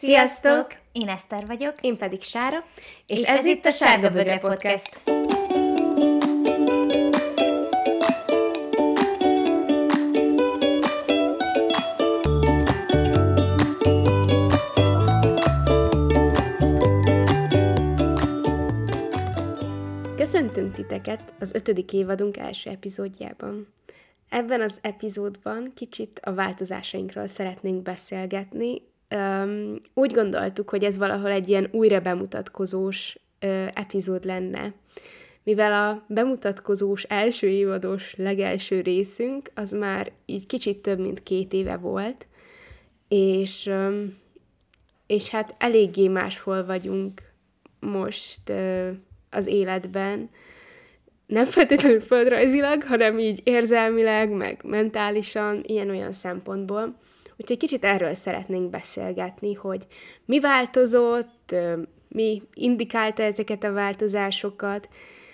Sziasztok! Én Eszter vagyok. Én pedig Sára. És ez itt a Sárga Bögre Podcast. Köszöntünk titeket az 5. évadunk első epizódjában. Ebben az epizódban kicsit a változásainkról szeretnénk beszélgetni. Úgy gondoltuk, hogy ez valahol egy ilyen újra bemutatkozós epizód lenne. Mivel a bemutatkozós első évados legelső részünk, az már így kicsit több mint 2 éve volt, és hát eléggé máshol vagyunk most az életben, nem feltétlenül földrajzilag, hanem így érzelmileg, meg mentálisan, ilyen-olyan szempontból. Úgyhogy kicsit erről szeretnénk beszélgetni, hogy mi változott, mi indikálta ezeket a változásokat,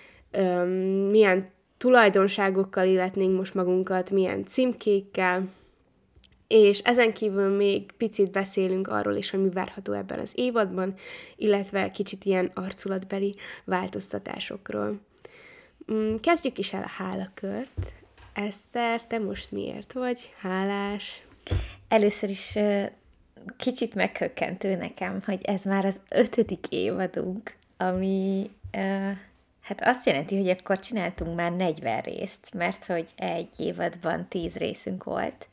milyen tulajdonságokkal illetnénk most magunkat, milyen címkékkel, és ezen kívül még picit beszélünk arról is, hogy mi várható ebben az évadban, illetve kicsit ilyen arculatbeli változtatásokról. Kezdjük is el a hálakört. Eszter, te most miért vagy hálás? Először is kicsit meghökkentő nekem, hogy ez már az 5. évadunk, ami hát azt jelenti, hogy akkor csináltunk már 40 részt, mert hogy egy évadban 10 részünk volt,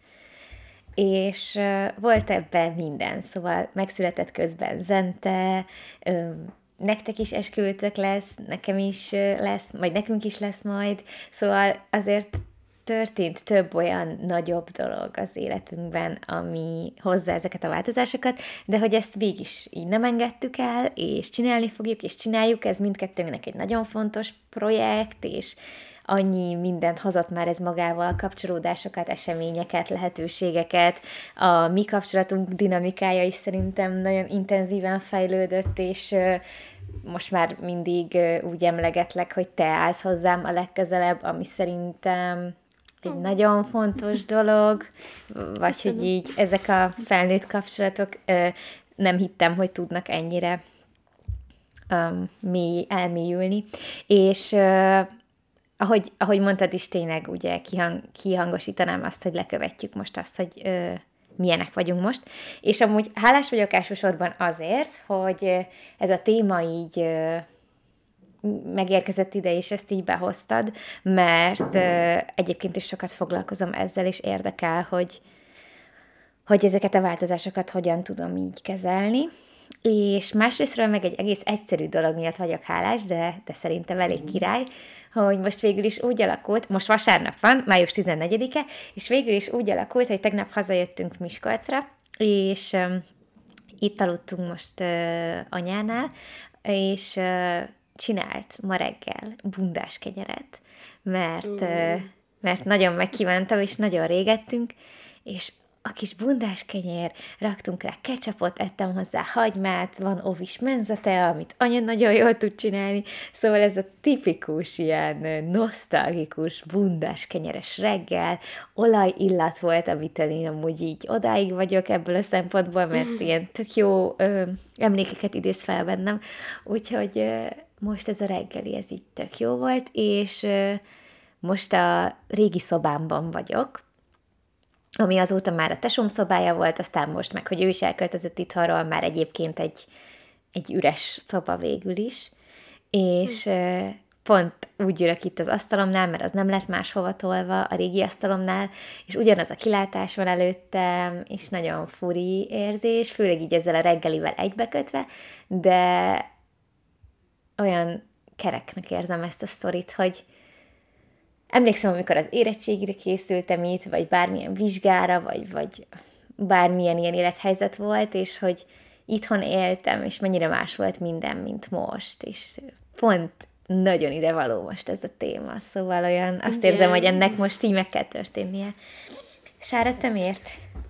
és volt ebben minden, szóval megszületett közben zente, nektek is esküvőtök lesz, nekem is lesz, majd nekünk is lesz majd, szóval azért történt több olyan nagyobb dolog az életünkben, ami hozza ezeket a változásokat, de hogy ezt mégis így nem engedtük el, és csinálni fogjuk, és csináljuk, ez mindkettőnknek egy nagyon fontos projekt, és annyi mindent hozott már ez magával, kapcsolódásokat, eseményeket, lehetőségeket. A mi kapcsolatunk dinamikája is szerintem nagyon intenzíven fejlődött, és most már mindig úgy emlegetlek, hogy te állsz hozzám a legközelebb, ami szerintem egy nagyon fontos dolog, vagy hogy így ezek a felnőtt kapcsolatok nem hittem, hogy tudnak ennyire elmélyülni. És ahogy mondtad is, tényleg ugye kihangosítanám azt, hogy lekövetjük most azt, hogy milyenek vagyunk most. És amúgy hálás vagyok elsősorban azért, hogy ez a téma így megérkezett ide, és ezt így behoztad, mert egyébként is sokat foglalkozom ezzel, és érdekel, hogy ezeket a változásokat hogyan tudom így kezelni. És másrésztről meg egy egész egyszerű dolog miatt vagyok hálás, de szerintem elég király, hogy most végül is úgy alakult, most vasárnap van, május 14-e, és végül is úgy alakult, hogy tegnap hazajöttünk Miskolcra, és itt aludtunk most anyánál, és csinált ma reggel bundás kenyeret, mert nagyon megkívántam, és nagyon régettünk, és a kis bundás kenyér, raktunk rá ketchupot, ettem hozzá hagymát, van ovis menzete, amit anya nagyon jól tud csinálni, szóval ez a tipikus, ilyen nosztalgikus bundás kenyeres reggel, olajillat volt, amitől én amúgy így odáig vagyok ebből a szempontból, mert ilyen tök jó emlékeket idéz fel bennem, úgyhogy most ez a reggeli, ez így tök jó volt, és most a régi szobámban vagyok, ami azóta már a tesóm szobája volt, aztán most meg, hogy ő is elköltözött itthonról, már egyébként egy üres szoba végül is, és pont úgy ülök itt az asztalomnál, mert az nem lett máshova tolva a régi asztalomnál, és ugyanaz a kilátás van előttem, és nagyon furi érzés, főleg így ezzel a reggelivel egybekötve, de olyan kereknek érzem ezt a sztorit, hogy emlékszem, amikor az érettségire készültem itt, vagy bármilyen vizsgára, vagy bármilyen ilyen élethelyzet volt, és hogy itthon éltem, és mennyire más volt minden, mint most, és pont nagyon idevaló most ez a téma, szóval olyan, azt érzem, hogy ennek most így meg kell történnie. Sára, te miért?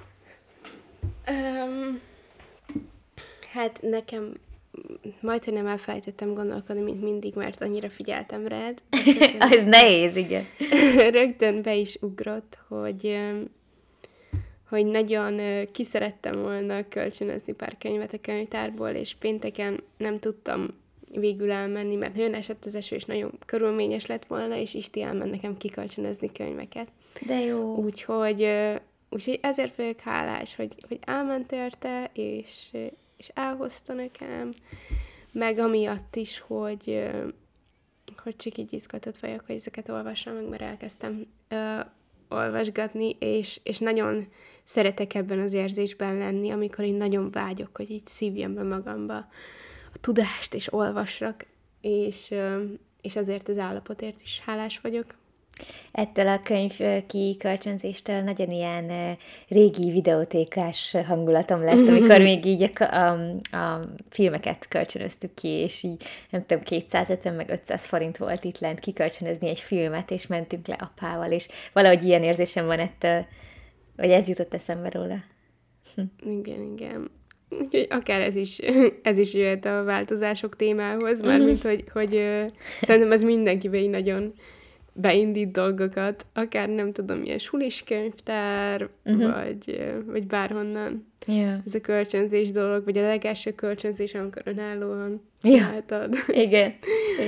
Hát nekem majdhogy nem elfelejtettem gondolkodni, mint mindig, mert annyira figyeltem rád. Ez nehéz, igen. Rögtön be is ugrott, hogy hogy nagyon ki szerettem volna kölcsönözni pár könyvet a könyvtárból, és pénteken nem tudtam végül elmenni, mert nagyon esett az eső, és nagyon körülményes lett volna, és Isti elment nekem kikölcsönözni könyveket. De jó. Úgyhogy ezért vagyok hálás, hogy elment érte, és elhozta nekem, meg amiatt is, hogy csak így izgatott vagyok, hogy ezeket olvassam meg, mert elkezdtem olvasgatni, és nagyon szeretek ebben az érzésben lenni, amikor én nagyon vágyok, hogy így szívjam be magamba a tudást, és olvassak, és azért az állapotért is hálás vagyok. Ettől a könyv kikölcsönzéstől nagyon ilyen régi videótékás hangulatom lett, amikor még így a filmeket kölcsönöztük ki, és így nem tudom, 250 meg 500 forint volt itt lent kikölcsönözni egy filmet, és mentünk le apával, és valahogy ilyen érzésem van ettől, vagy ez jutott eszembe róla. Igen. Úgyhogy akár ez is jöhet a változások témához, mármint, hogy szerintem ez mindenkiben így nagyon beindít dolgokat, akár nem tudom, ilyen sulis könyvtár, vagy bárhonnan. Yeah. Ez a kölcsönzés dolog, vagy a legelső kölcsönzés, amikor önállóan csináltad. Igen.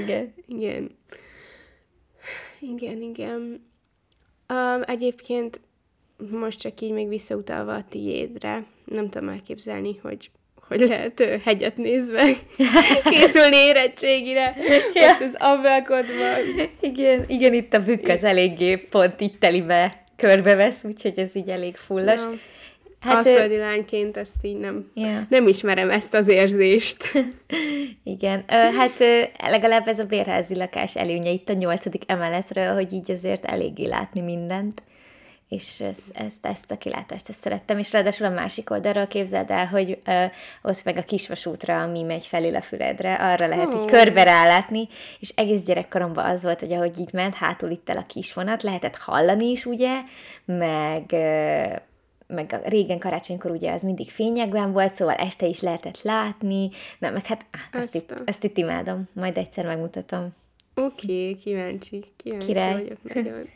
Egyébként most csak így még visszautalva a tiédre, nem tudom elképzelni, hogy lehet hegyet nézve készülni érettségire, ott az ablakodban. Igen, itt a bükk az eléggé pont itt telibe körbevesz, úgyhogy ez így elég fullas. No. Alföldi lányként ezt így nem ismerem ezt az érzést. Igen, legalább ez a bérházi lakás előnye itt a 8. emeletről, hogy így azért eléggé látni mindent, és ezt a kilátást ezt szerettem, és ráadásul a másik oldalról képzeld el, hogy ott meg a kisvasútra, ami megy felé a Füredre, arra lehet így körbe rálátni, és egész gyerekkoromban az volt, hogy ahogy így ment, hátul itt el a kisvonat, lehetett hallani is, ugye, meg régen karácsonykor ugye az mindig fényekben volt, szóval este is lehetett látni, meg hát ezt itt imádom, majd egyszer megmutatom. Oké, kíváncsi vagyok nagyon.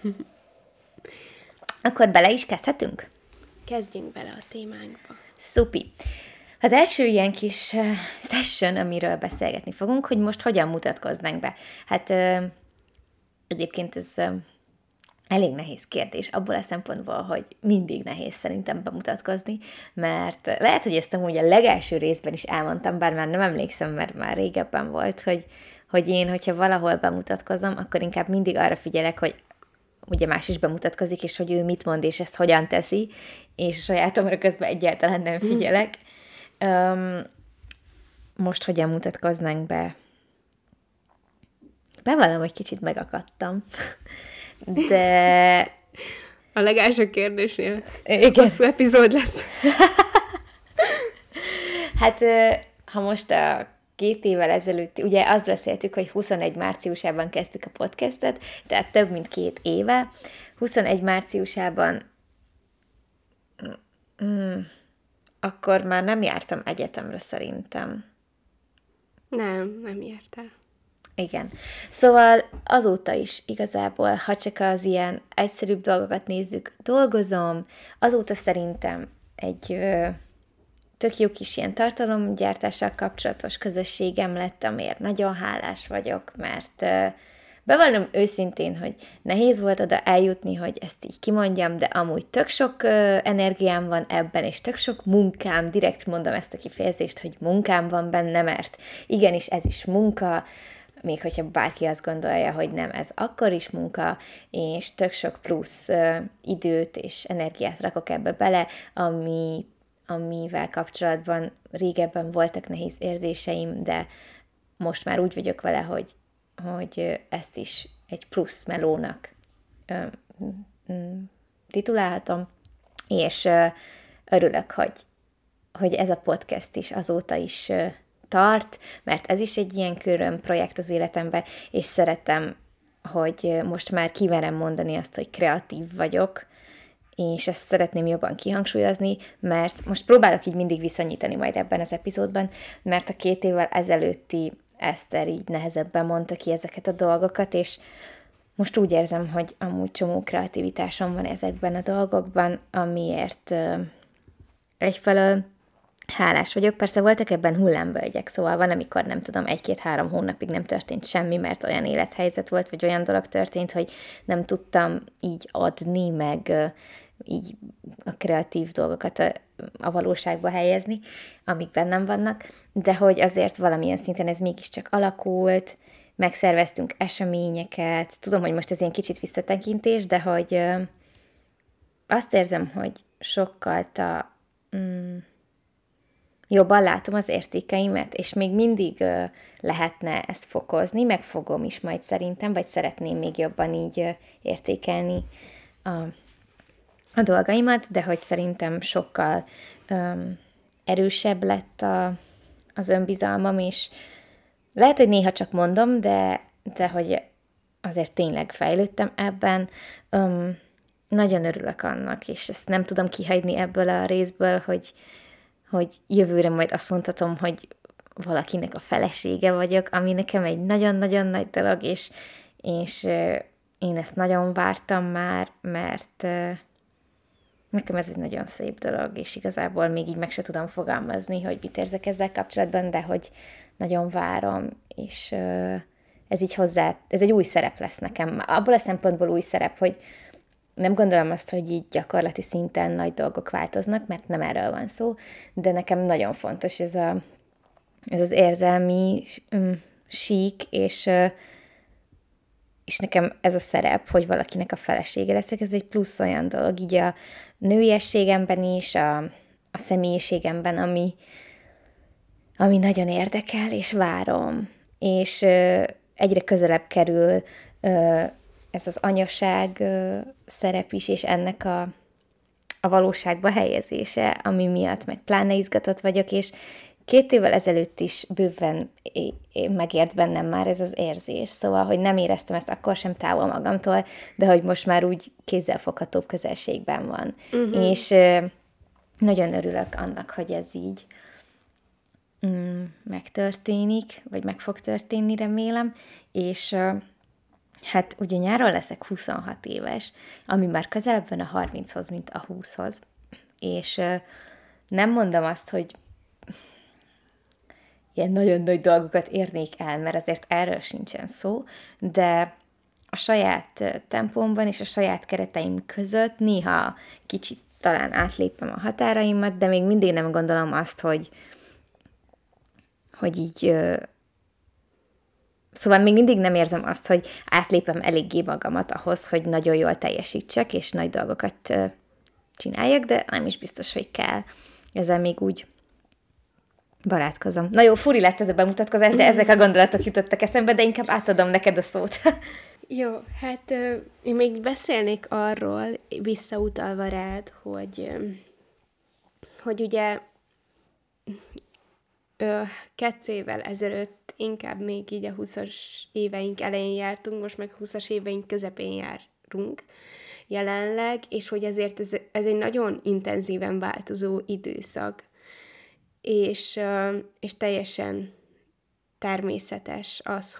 Akkor bele is kezdhetünk? Kezdjünk bele a témánkba. Szupi! Az első ilyen kis session, amiről beszélgetni fogunk, hogy most hogyan mutatkoznánk be. Hát egyébként ez elég nehéz kérdés, abból a szempontból, hogy mindig nehéz szerintem bemutatkozni, mert lehet, hogy ezt amúgy a legelső részben is elmondtam, bár már nem emlékszem, mert már régebben volt, hogy én, hogyha valahol bemutatkozom, akkor inkább mindig arra figyelek, hogy ugye más is bemutatkozik, és hogy ő mit mond, és ezt hogyan teszi, és a sajátomra közben egyáltalán nem figyelek. Most hogyan mutatkoznánk be? Bevallom, hogy kicsit megakadtam. De... A legelső kérdésnél hosszú epizód lesz. Hát, ha most a 2 évvel ezelőtt, ugye azt beszéltük, hogy 21 márciusában kezdtük a podcastet, tehát több mint 2 éve. 21 márciusában akkor már nem jártam egyetemre szerintem. Nem jártál. Igen. Szóval azóta is igazából, ha csak az ilyen egyszerűbb dolgokat nézzük, dolgozom, azóta szerintem egy tök jó kis ilyen tartalomgyártással kapcsolatos közösségem lett, amiért nagyon hálás vagyok, mert bevallom őszintén, hogy nehéz volt oda eljutni, hogy ezt így kimondjam, de amúgy tök sok energiám van ebben, és tök sok munkám, direkt mondom ezt a kifejezést, hogy munkám van benne, mert igenis ez is munka, még hogyha bárki azt gondolja, hogy nem, ez akkor is munka, és tök sok plusz időt és energiát rakok ebbe bele, amivel kapcsolatban régebben voltak nehéz érzéseim, de most már úgy vagyok vele, hogy ezt is egy plusz melónak titulálhatom, és örülök, hogy ez a podcast is azóta is tart, mert ez is egy ilyen projekt az életemben, és szeretem, hogy most már kimerem mondani azt, hogy kreatív vagyok, és ezt szeretném jobban kihangsúlyozni, mert most próbálok így mindig viszonyítani majd ebben az epizódban, mert a 2 évvel ezelőtti Eszter így nehezebben mondta ki ezeket a dolgokat, és most úgy érzem, hogy amúgy csomó kreativitásom van ezekben a dolgokban, amiért egyfelől hálás vagyok. Persze voltak ebben hullámvölgyek, szóval van, amikor nem tudom, 1-2-3 hónapig nem történt semmi, mert olyan élethelyzet volt, vagy olyan dolog történt, hogy nem tudtam így adni, meg így a kreatív dolgokat a valóságba helyezni, amik bennem vannak, de hogy azért valamilyen szinten ez mégiscsak alakult, megszerveztünk eseményeket, tudom, hogy most ez ilyen kicsit visszatekintés, de hogy azt érzem, hogy sokkal jobban látom az értékeimet, és még mindig lehetne ezt fokozni, meg fogom is majd szerintem, vagy szeretném még jobban így értékelni a dolgaimat, de hogy szerintem sokkal erősebb lett az önbizalmam, és lehet, hogy néha csak mondom, de hogy azért tényleg fejlődtem ebben. Nagyon örülök annak, és ezt nem tudom kihagyni ebből a részből, hogy jövőre majd azt mondhatom, hogy valakinek a felesége vagyok, ami nekem egy nagyon-nagyon nagy dolog, és én ezt nagyon vártam már, mert nekem ez egy nagyon szép dolog, és igazából még így meg se tudom fogalmazni, hogy mit érzek ezzel kapcsolatban, de hogy nagyon várom, és ez így ez egy új szerep lesz nekem. Abból a szempontból új szerep, hogy nem gondolom azt, hogy így gyakorlati szinten nagy dolgok változnak, mert nem erről van szó, de nekem nagyon fontos ez az érzelmi sík, és nekem ez a szerep, hogy valakinek a felesége leszek, ez egy plusz olyan dolog, így a nőiességemben is, a személyiségemben, ami nagyon érdekel, és várom. És egyre közelebb kerül ez az anyaság szerep is, és ennek a valóságba helyezése, ami miatt meg pláne izgatott vagyok, és 2 évvel ezelőtt is bőven megért bennem már ez az érzés, szóval, hogy nem éreztem ezt akkor sem távol magamtól, de hogy most már úgy kézzelfoghatóbb közelségben van. Uh-huh. És nagyon örülök annak, hogy ez így megtörténik, vagy meg fog történni, remélem, és hát ugye nyáron leszek 26 éves, ami már közelebb van a 30-hoz, mint a 20-hoz, és nem mondom azt, hogy ilyen nagyon nagy dolgokat érnék el, mert azért erről sincsen szó, de a saját tempómban és a saját kereteim között néha kicsit talán átlépem a határaimat, de még mindig nem gondolom azt, hogy így... Szóval még mindig nem érzem azt, hogy átlépem eléggé magamat ahhoz, hogy nagyon jól teljesítsek, és nagy dolgokat csináljak, de nem is biztos, hogy kell. Ezzel még úgy barátkozom. Na jó, furi lett ez a bemutatkozás, de ezek a gondolatok jutottak eszembe, de inkább átadom neked a szót. Jó, hát én még beszélnék arról, visszautalva rád, hogy ugye 2 évvel ezelőtt inkább még így a 20-as éveink elején jártunk, most meg 20-as éveink közepén járunk jelenleg, és hogy ezért ez egy nagyon intenzíven változó időszak, és teljesen természetes az,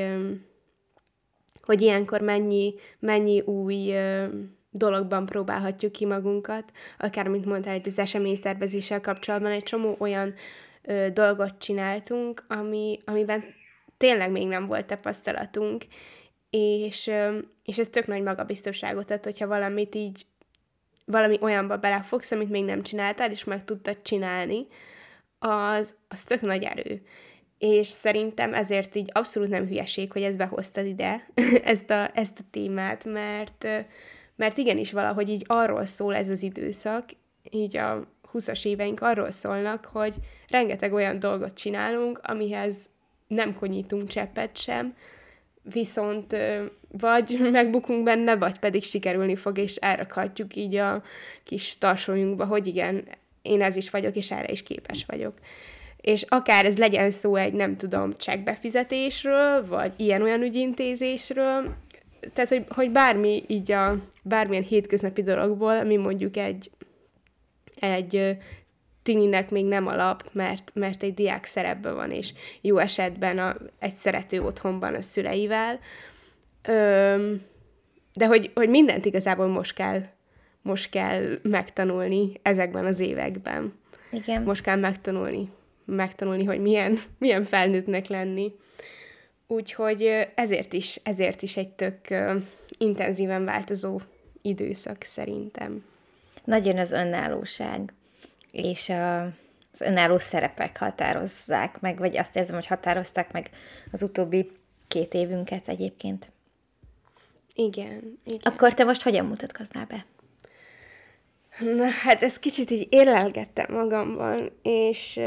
hogy ilyenkor mennyi új dologban próbálhatjuk ki magunkat, akár, mint mondtál, az eseményszervezéssel kapcsolatban egy csomó olyan dolgot csináltunk, amiben tényleg még nem volt tapasztalatunk, és ez tök nagy magabiztosságot ad, hogyha valami olyanba belefogsz, amit még nem csináltál, és meg tudtad csinálni, az tök nagy erő. És szerintem ezért így abszolút nem hülyeség, hogy ezt behoztad ide, ezt a témát, mert igenis valahogy így arról szól ez az időszak, így a 20-as éveink arról szólnak, hogy rengeteg olyan dolgot csinálunk, amihez nem konyítunk cseppet sem, viszont vagy megbukunk benne, vagy pedig sikerülni fog, és elrakhatjuk így a kis tarsójunkba, hogy igen, én ez is vagyok, és erre is képes vagyok. És akár ez legyen szó egy, nem tudom, csekkbefizetésről, vagy ilyen-olyan ügyintézésről, tehát, hogy bármi így bármilyen hétköznapi dologból, ami mondjuk egy tininek még nem alap, mert egy diák szerepben van, és jó esetben egy szerető otthonban a szüleivel, De hogy mindent igazából most kell megtanulni ezekben az években. Igen. Most kell megtanulni, hogy milyen felnőttnek lenni. Úgyhogy ezért is egy tök intenzíven változó időszak szerintem. Nagyon az önállóság, és az önálló szerepek határozzák meg, vagy azt érzem, hogy határozták meg az utóbbi 2 évünket egyébként. Igen. Akkor te most hogyan mutatkoznál be? Na, hát ezt kicsit így érlelgettem magamban, és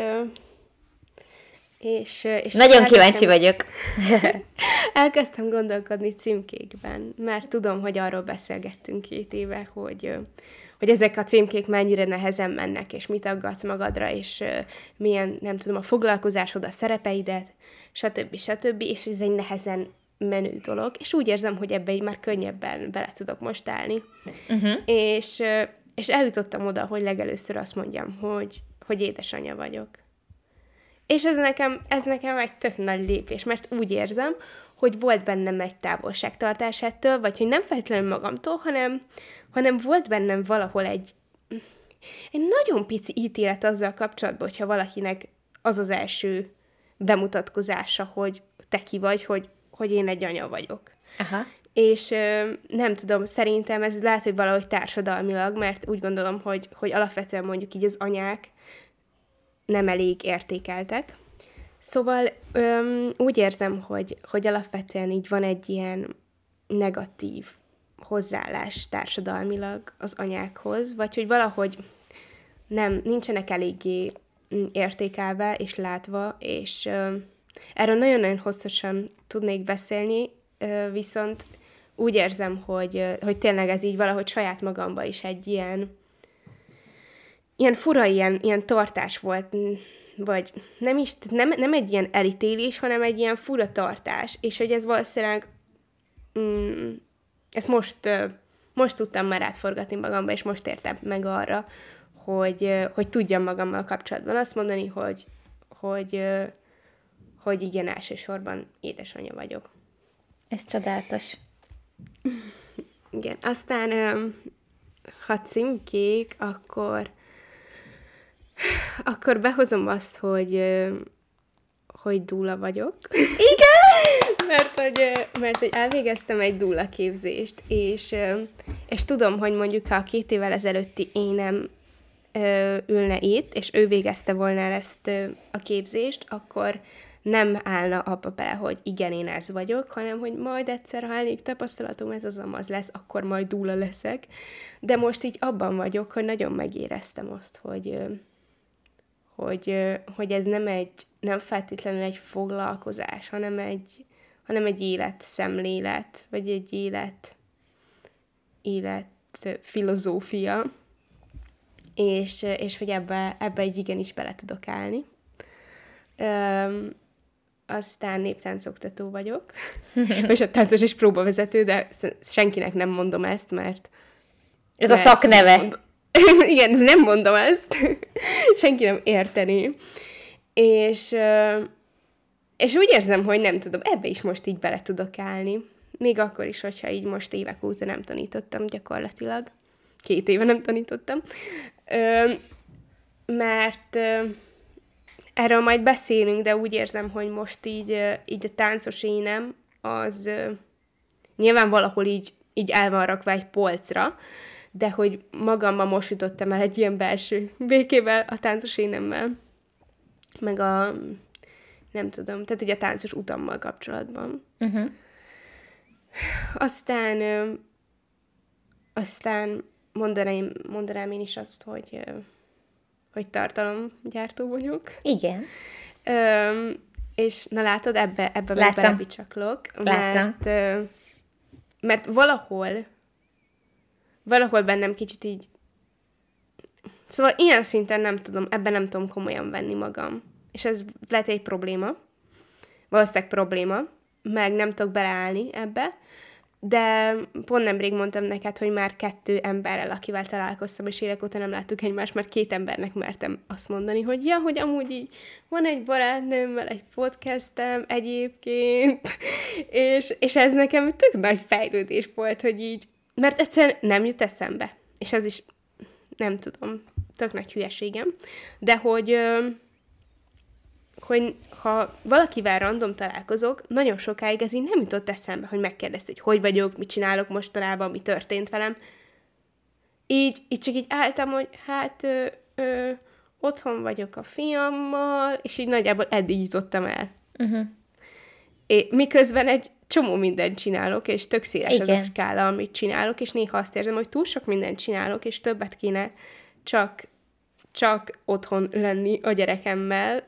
nagyon kíváncsi vagyok. Elkezdtem gondolkodni címkékben, mert tudom, hogy arról beszélgettünk 2 éve, hogy ezek a címkék mennyire nehezen mennek, és mit aggatsz magadra, és milyen, nem tudom, a foglalkozásod, a szerepeidet, stb. És ez egy nehezen menő dolog, és úgy érzem, hogy ebbe így már könnyebben bele tudok most állni. Uh-huh. És eljutottam oda, hogy legelőször azt mondjam, hogy édesanyja vagyok. És ez nekem egy tök nagy lépés, mert úgy érzem, hogy volt bennem egy távolságtartás ettől, vagy hogy nem feltétlenül magamtól, hanem volt bennem valahol egy nagyon pici ítélet azzal kapcsolatban, hogyha valakinek az az első bemutatkozása, hogy te ki vagy, hogy én egy anya vagyok. Aha. És nem tudom, szerintem ez lehet, hogy valahogy társadalmilag, mert úgy gondolom, hogy alapvetően mondjuk így az anyák nem elég értékeltek. Szóval úgy érzem, hogy alapvetően így van egy ilyen negatív hozzáállás társadalmilag az anyákhoz, vagy hogy valahogy nincsenek eléggé értékelve és látva, és erről nagyon-nagyon hosszasan tudnék beszélni, viszont úgy érzem, hogy tényleg ez így valahogy saját magamba is egy ilyen fura, ilyen tartás volt, vagy nem egy ilyen elítélés, hanem egy ilyen fura tartás, és hogy ez valószínűleg ezt most tudtam már átforgatni magamba, és most értem meg arra, hogy tudjam magammal kapcsolatban azt mondani, hogy igen, elsősorban édesanyja vagyok. Ez csodálatos. Igen, aztán ha címkék, akkor behozom azt, hogy dúla vagyok. Igen! mert hogy elvégeztem egy dúla képzést, és tudom, hogy mondjuk, ha a 2 évvel ezelőtti énem ülne itt, és ő végezte volna el ezt a képzést, akkor nem állna abba bele, hogy igen, én ez vagyok, hanem hogy majd egyszer, ha elég tapasztalatom, ez az lesz, akkor majd dúla leszek. De most így abban vagyok, hogy nagyon megéreztem azt, hogy ez nem feltétlenül egy foglalkozás, hanem egy életszemlélet, vagy egy élet filozófia, és hogy ebbe egy igenis bele tudok állni. Aztán néptáncoktató vagyok, és a táncos és próbavezető, de senkinek nem mondom ezt, mert ez a szakneve. Igen, nem mondom ezt. Senki nem érteni. És úgy érzem, hogy nem tudom, ebbe is most így bele tudok állni. Még akkor is, hogyha így most évek óta nem tanítottam gyakorlatilag. 2 éve nem tanítottam. Mert erről majd beszélünk, de úgy érzem, hogy most így a táncos énem, az nyilván valahol így el van rakva egy polcra, de hogy magamban most jutottam el egy ilyen belső békével a táncos énemmel, meg nem tudom, tehát így a táncos utammal kapcsolatban. Uh-huh. Aztán mondanám én is azt, hogy tartalomgyártó vagyok. Igen. És na látod, ebbe meg belebicsaklok. Mert valahol bennem kicsit így... Szóval ilyen szinten nem tudom, ebben nem tudom komolyan venni magam. És ez lehet egy probléma. Valószínűleg probléma. Meg nem tudok beleállni ebbe. de pont nemrég mondtam neked, hogy már 2 emberrel, akivel találkoztam, és évek óta nem láttuk egymást, mert 2 embernek mertem azt mondani, hogy ja, hogy amúgy így van egy barátnőmmel egy podcastem egyébként, és ez nekem tök nagy fejlődés volt, hogy így, mert egyszerűen nem jut eszembe, és ez is, nem tudom, tök nagy hülyeségem, de hogy ha valakivel random találkozok, nagyon sokáig ez így nem jutott eszembe, hogy megkérdezte, hogy vagyok, mit csinálok mostanában, mi történt velem. Így csak így álltam, hogy hát otthon vagyok a fiammal, és így nagyjából eddig jutottam el. Uh-huh. Miközben egy csomó mindent csinálok, és tök széles az a skála, amit csinálok, és néha azt érzem, hogy túl sok mindent csinálok, és többet kéne csak otthon lenni a gyerekemmel,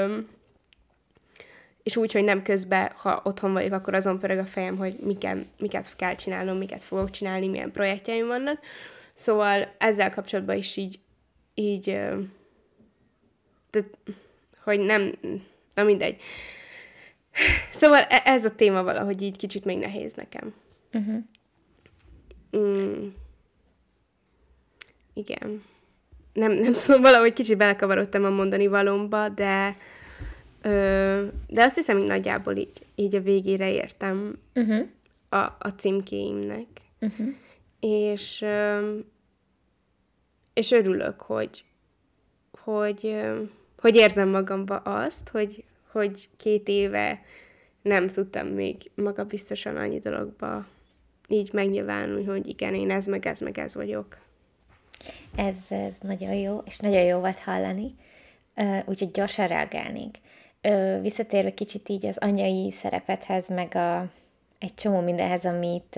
és úgy, hogy nem közben, ha otthon vagyok, akkor azon pörög a fejem, hogy miket kell csinálnom, miket fogok csinálni, milyen projektjeim vannak. Szóval ezzel kapcsolatban is így hogy nem, na mindegy. Szóval ez a téma valahogy így kicsit még nehéz nekem. Uh-huh. Igen. Nem tudom, valahogy kicsit belekavarodtam a mondani valomba, de azt hiszem, hogy nagyjából így a végére értem a címkéimnek. Uh-huh. És örülök, hogy érzem magamba azt, hogy 2 éve nem tudtam még magabiztosan annyi dologba így megnyilvánulni, hogy igen, én ez vagyok. Ez nagyon jó, és nagyon jó volt hallani, úgyhogy gyorsan reagálnék. Visszatérve kicsit így az anyai szerepethez, meg egy csomó mindenhez,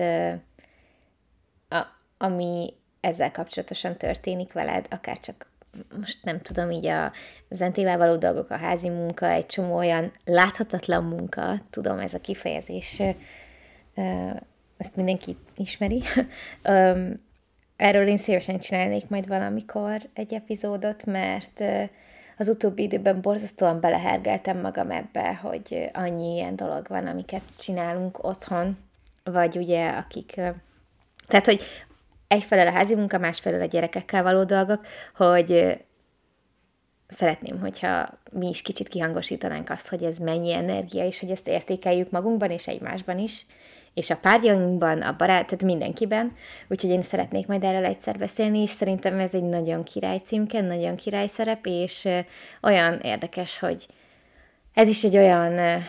ami ezzel kapcsolatosan történik veled, akár csak most nem tudom, így a Zentével való dolgok, a házi munka, egy csomó olyan láthatatlan munka, tudom, ez a kifejezés, ezt mindenki ismeri. Erről én szívesen csinálnék majd valamikor egy epizódot, mert az utóbbi időben borzasztóan belehergeltem magam ebbe, hogy annyi ilyen dolog van, amiket csinálunk otthon, vagy ugye akik... Tehát, hogy egyfelől a házi munka, másfelől a gyerekekkel való dolgok, hogy szeretném, hogyha mi is kicsit kihangosítanánk azt, hogy ez mennyi energia, és hogy ezt értékeljük magunkban és egymásban is, és a párjainkban, tehát mindenkiben. Úgyhogy én szeretnék majd erről egyszer beszélni, és szerintem ez egy nagyon király címke, nagyon király szerep, és olyan érdekes, hogy ez is egy olyan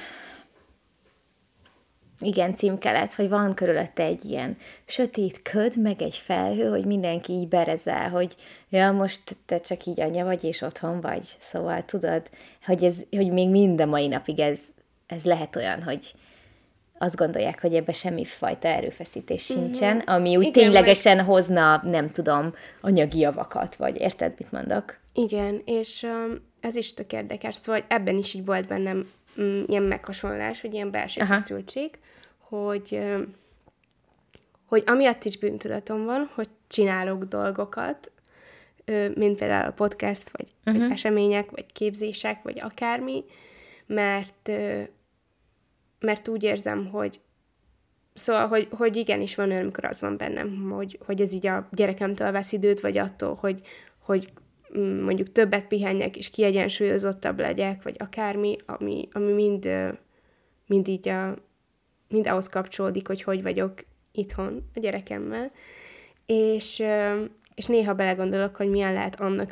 címke lett, hogy van körülötte egy ilyen sötét köd, meg egy felhő, hogy mindenki így berezel, hogy ja, most te csak így anya vagy, és otthon vagy. Szóval tudod, hogy még mind a mai napig ez lehet olyan, hogy azt gondolják, hogy ebben semmifajta erőfeszítés sincsen, ami úgy igen, ténylegesen hozna, nem tudom, anyagi javakat, vagy érted, mit mondok? Igen, és ez is tök érdekes, szóval ebben is így volt bennem ilyen meghasonlás, vagy ilyen belső feszültség, hogy amiatt is bűntudatom van, hogy csinálok dolgokat, mint például a podcast, vagy események, vagy képzések, vagy akármi, mert úgy érzem, hogy szóval, hogy igenis van olyan, amikor az van bennem, hogy ez így a gyerekemtől vesz időt, vagy attól, hogy mondjuk többet pihenjek, és kiegyensúlyozottabb legyek, vagy akármi, ami mind így mind ahhoz kapcsolódik, hogy vagyok itthon a gyerekemmel. És néha belegondolok, hogy milyen lehet annak,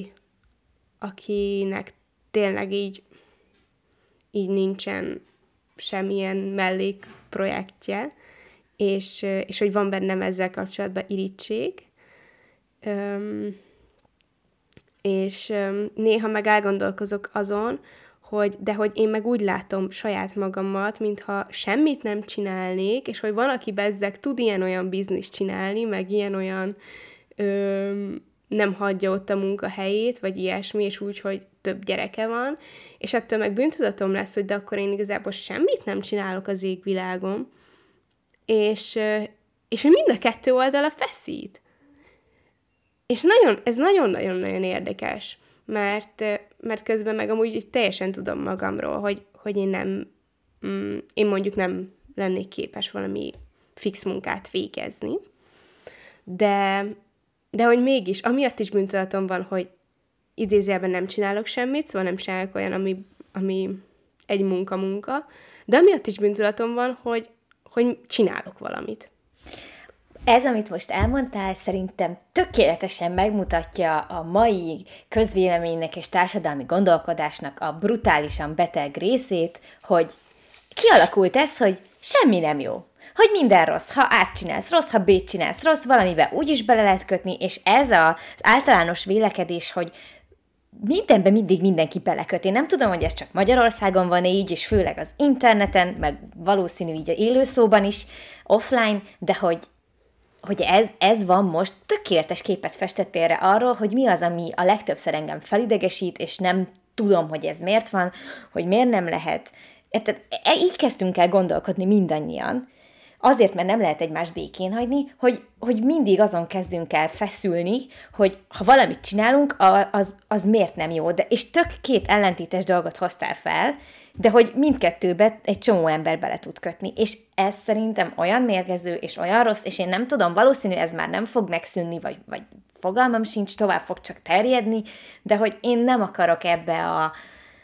akinek tényleg így nincsen semmilyen mellékprojektje, és hogy van bennem ezzel kapcsolatban irítség. És néha meg elgondolkozok azon, hogy én meg úgy látom saját magamat, mintha semmit nem csinálnék, és hogy van, aki bezzeg tud ilyen-olyan bizniszt csinálni, meg ilyen-olyan nem hagyja ott a munkahelyét, vagy ilyesmi, és úgy, hogy több gyereke van, és ettől meg bűntudatom lesz, hogy de akkor én igazából semmit nem csinálok az égvilágon, és hogy mind a 2 oldala feszít. És ez nagyon-nagyon-nagyon érdekes, mert közben meg amúgy teljesen tudom magamról, hogy én mondjuk nem lennék képes valami fix munkát végezni. De hogy mégis, amiatt is bűntudatom van, hogy idézőjelben nem csinálok semmit, szóval nem csinálok olyan, ami egy munka, de amiatt is bűntudatom van, hogy csinálok valamit. Ez, amit most elmondtál, szerintem tökéletesen megmutatja a mai közvéleménynek és társadalmi gondolkodásnak a brutálisan beteg részét, hogy kialakult ez, hogy semmi nem jó. Hogy minden rossz, ha A-t csinálsz rossz, ha B-t csinálsz rossz, valamibe úgyis bele lehet kötni, és ez az általános vélekedés, hogy mindenbe mindig mindenki beleköt. Én nem tudom, hogy ez csak Magyarországon van így, és főleg az interneten, meg valószínű így a élőszóban is, offline, de hogy ez van most, tökéletes képet festettél erre arról, hogy mi az, ami a legtöbbször engem felidegesít, és nem tudom, hogy ez miért van, hogy miért nem lehet. Tehát így kezdtünk el gondolkodni mindannyian, azért, mert nem lehet egymást békén hagyni, hogy mindig azon kezdünk el feszülni, hogy ha valamit csinálunk, az miért nem jó. És tök két ellentétes dolgot hoztál fel, de hogy mindkettőbe egy csomó ember bele tud kötni. És ez szerintem olyan mérgező, és olyan rossz, és én nem tudom, valószínű ez már nem fog megszűnni, vagy fogalmam sincs, tovább fog csak terjedni, de hogy én nem akarok ebbe a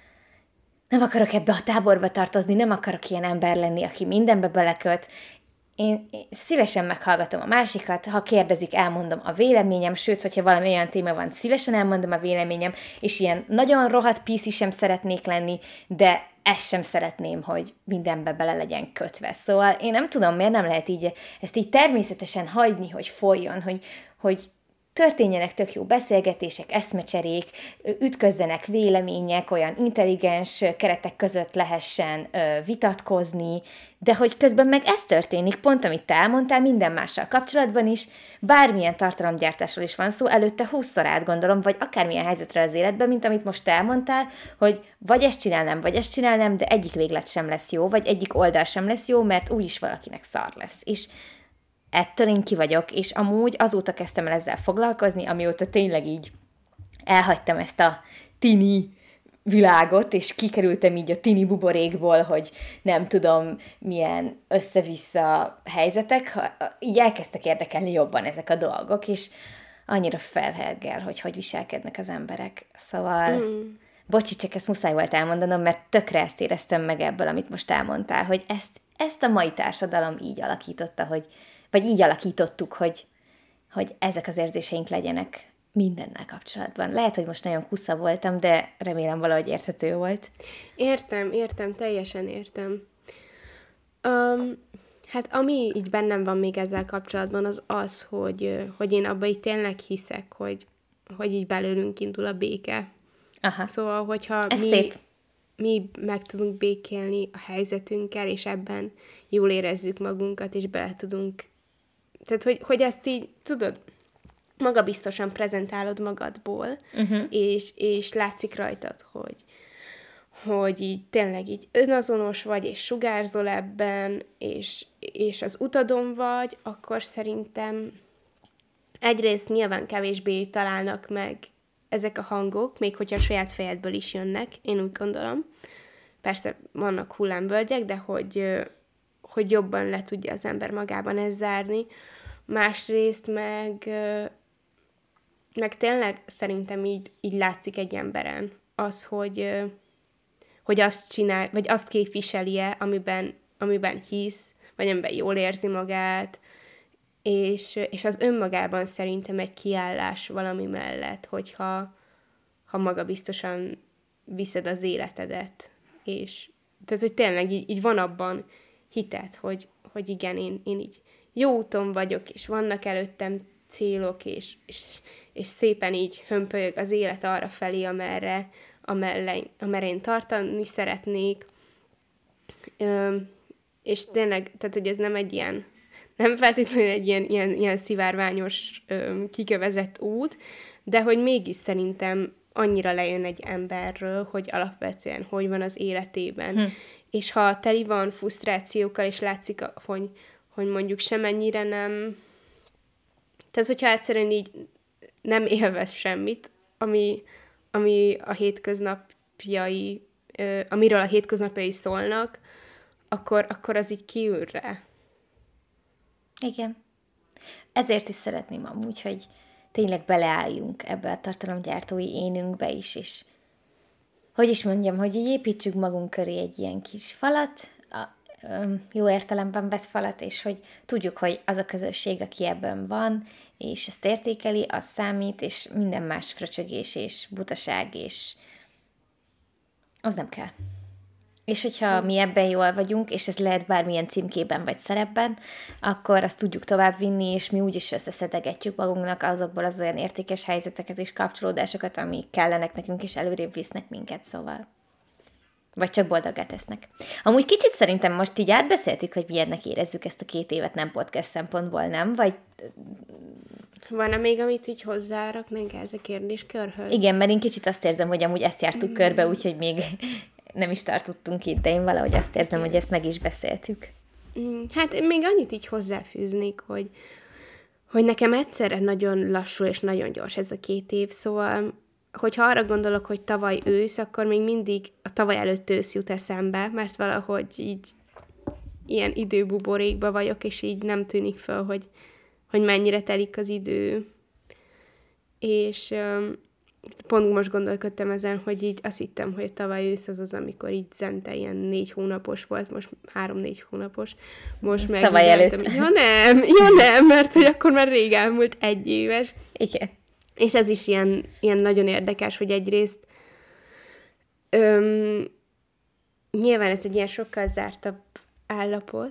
táborba tartozni, nem akarok ilyen ember lenni, aki mindenbe beleköt. Én szívesen meghallgatom a másikat, ha kérdezik, elmondom a véleményem, sőt, hogyha valami olyan téma van, szívesen elmondom a véleményem, és ilyen nagyon rohadt PC sem szeretnék lenni, de ezt sem szeretném, hogy mindenbe bele legyen kötve. Szóval én nem tudom, miért nem lehet ezt így természetesen hagyni, hogy folyjon, hogy történjenek tök jó beszélgetések, eszmecserék, ütközzenek vélemények, olyan intelligens keretek között lehessen vitatkozni, de hogy közben meg ez történik, pont amit te elmondtál, minden mással kapcsolatban is, bármilyen tartalomgyártásról is van szó, előtte 20-szor átgondolom, vagy akármilyen helyzetre az életben, mint amit most te elmondtál, hogy vagy ezt csinálnám, de egyik véglet sem lesz jó, vagy egyik oldal sem lesz jó, mert úgyis valakinek szar lesz. És ettől én ki vagyok, és amúgy azóta kezdtem el ezzel foglalkozni, amióta tényleg így elhagytam ezt a tini világot, és kikerültem így a tini buborékból, hogy nem tudom milyen össze-vissza helyzetek, így elkezdtek érdekelni jobban ezek a dolgok, és annyira felhergel, hogy viselkednek az emberek. Szóval, bocsi, csak ezt muszáj volt elmondanom, mert tökre ezt éreztem meg ebből, amit most elmondtál, hogy ezt a mai társadalom így alakította, vagy így alakítottuk, hogy ezek az érzéseink legyenek mindennel kapcsolatban. Lehet, hogy most nagyon kusza voltam, de remélem valahogy érthető volt. Értem, teljesen értem. Hát ami így bennem van még ezzel kapcsolatban, az hogy én abban így tényleg hiszek, hogy így belőlünk indul a béke. Aha. Szóval, hogyha mi meg tudunk békélni a helyzetünkkel, és ebben jól érezzük magunkat, és bele tudunk... Tehát, hogy ezt így, tudod, magabiztosan prezentálod magadból, és látszik rajtad, hogy így tényleg így önazonos vagy, és sugárzol ebben, és az utadon vagy, akkor szerintem egyrészt nyilván kevésbé találnak meg ezek a hangok, még hogyha a saját fejedből is jönnek, én úgy gondolom. Persze vannak hullámvölgyek, de hogy jobban le tudja az ember magában ezt zárni. Másrészt meg tényleg szerintem így látszik egy emberen az, hogy azt csinál, vagy azt képviseli-e, amiben hisz, vagy amiben jól érzi magát, és az önmagában szerintem egy kiállás valami mellett, hogyha magabiztosan viszed az életedet, és tehát, hogy tényleg így van abban hited, hogy igen, én így jó úton vagyok, és vannak előttem célok, és szépen így hömpölyög az élet arra felé, amerre én tartani szeretnék. És tényleg, tehát, hogy ez nem egy ilyen, nem feltétlenül egy ilyen szivárványos, kikövezett út, de hogy mégis szerintem annyira lejön egy emberről, hogy alapvetően hogy van az életében. És ha teli van frusztrációkkal, és látszik, hogy mondjuk semennyire nem... Tehát, hogyha egyszerűen így nem élvez semmit, ami a hétköznapjai, amiről a hétköznapjai szólnak, akkor az így kiül rá. Igen. Ezért is szeretném amúgy, hogy tényleg beleálljunk ebbe a tartalomgyártói énünkbe is, és hogy is mondjam, hogy így építsük magunk köré egy ilyen kis falat, jó értelemben vett falat, és hogy tudjuk, hogy az a közösség, aki ebben van, és ezt értékeli, az számít, és minden más fröcsögés és butaság, és az nem kell. És hogyha mi ebben jól vagyunk, és ez lehet bármilyen címkében vagy szerepben, akkor azt tudjuk továbbvinni, és mi úgyis összeszedegetjük magunknak azokból az olyan értékes helyzeteket és kapcsolódásokat, amik kellenek nekünk, és előrébb visznek minket, szóval. Vagy csak boldoggá tesznek. Amúgy kicsit szerintem most így átbeszéltük, hogy milyennek érezzük ezt a 2 évet, nem podcast szempontból, nem? Vagy... Van-e még, amit így hozzáraknánk ez a kérdéskörhöz? Igen, mert én kicsit azt érzem, hogy amúgy ezt jártuk körbe, úgyhogy még nem is tartottunk itt, de én valahogy azt érzem, hogy ezt meg is beszéltük. Hát még annyit így hozzáfűznék, hogy nekem egyszerre nagyon lassú és nagyon gyors ez a 2 év, szóval hogyha arra gondolok, hogy tavaly ősz, akkor még mindig a tavaly előtt ősz jut eszembe, mert valahogy így ilyen időbuborékba vagyok, és így nem tűnik föl, hogy mennyire telik az idő. És pont most gondolkodtam ezen, hogy így azt hittem, hogy tavaly ősz az, amikor így Zente ilyen 4 hónapos volt, most 3-4 hónapos. Most meg tavaly előtt. Ja nem, mert hogy akkor már rég elmúlt 1 éves. Igen. És ez is ilyen nagyon érdekes, hogy egyrészt nyilván ez egy ilyen sokkal zártabb állapot,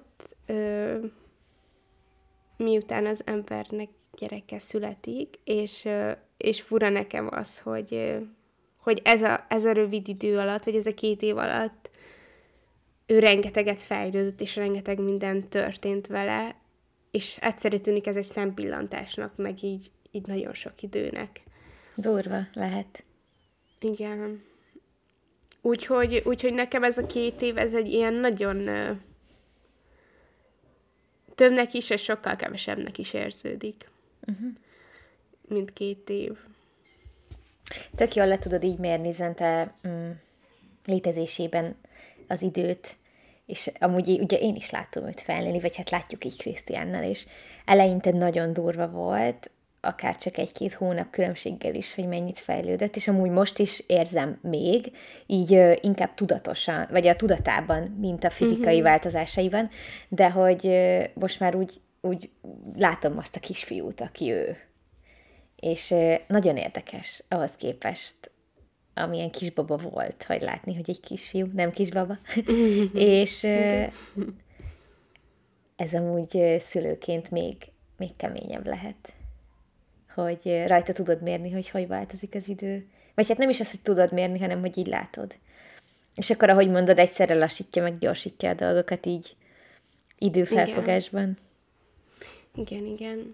miután az embernek gyereke születik, és fura nekem az, hogy ez a rövid idő alatt, vagy ez a 2 év alatt ő rengeteget fejlődött, és rengeteg minden történt vele, és egyszerű tűnik ez egy szempillantásnak, meg így nagyon sok időnek. Durva lehet. Igen. Úgyhogy nekem ez a 2 év, ez egy ilyen nagyon többnek is, és sokkal kevesebbnek is érződik. Mint 2 év. Tök jól le tudod így mérni Zente létezésében az időt, és amúgy ugye én is látom őt fejlődni, vagy hát látjuk így Krisztiánnal, és eleinte nagyon durva volt, akár csak 1-2 hónap különbséggel is, hogy mennyit fejlődött, és amúgy most is érzem még, így inkább tudatosan, vagy a tudatában, mint a fizikai változásaiban, de hogy most már úgy látom azt a kisfiút, aki ő. És nagyon érdekes ahhoz képest, amilyen kisbaba volt, hogy látni, hogy egy kisfiú, nem kisbaba. És ez amúgy szülőként még keményebb lehet, hogy rajta tudod mérni, hogy változik az idő. Vagy hát nem is az, hogy tudod mérni, hanem hogy így látod. És akkor, ahogy mondod, egyszerre lassítja, meg gyorsítja a dolgokat így időfelfogásban. Igen.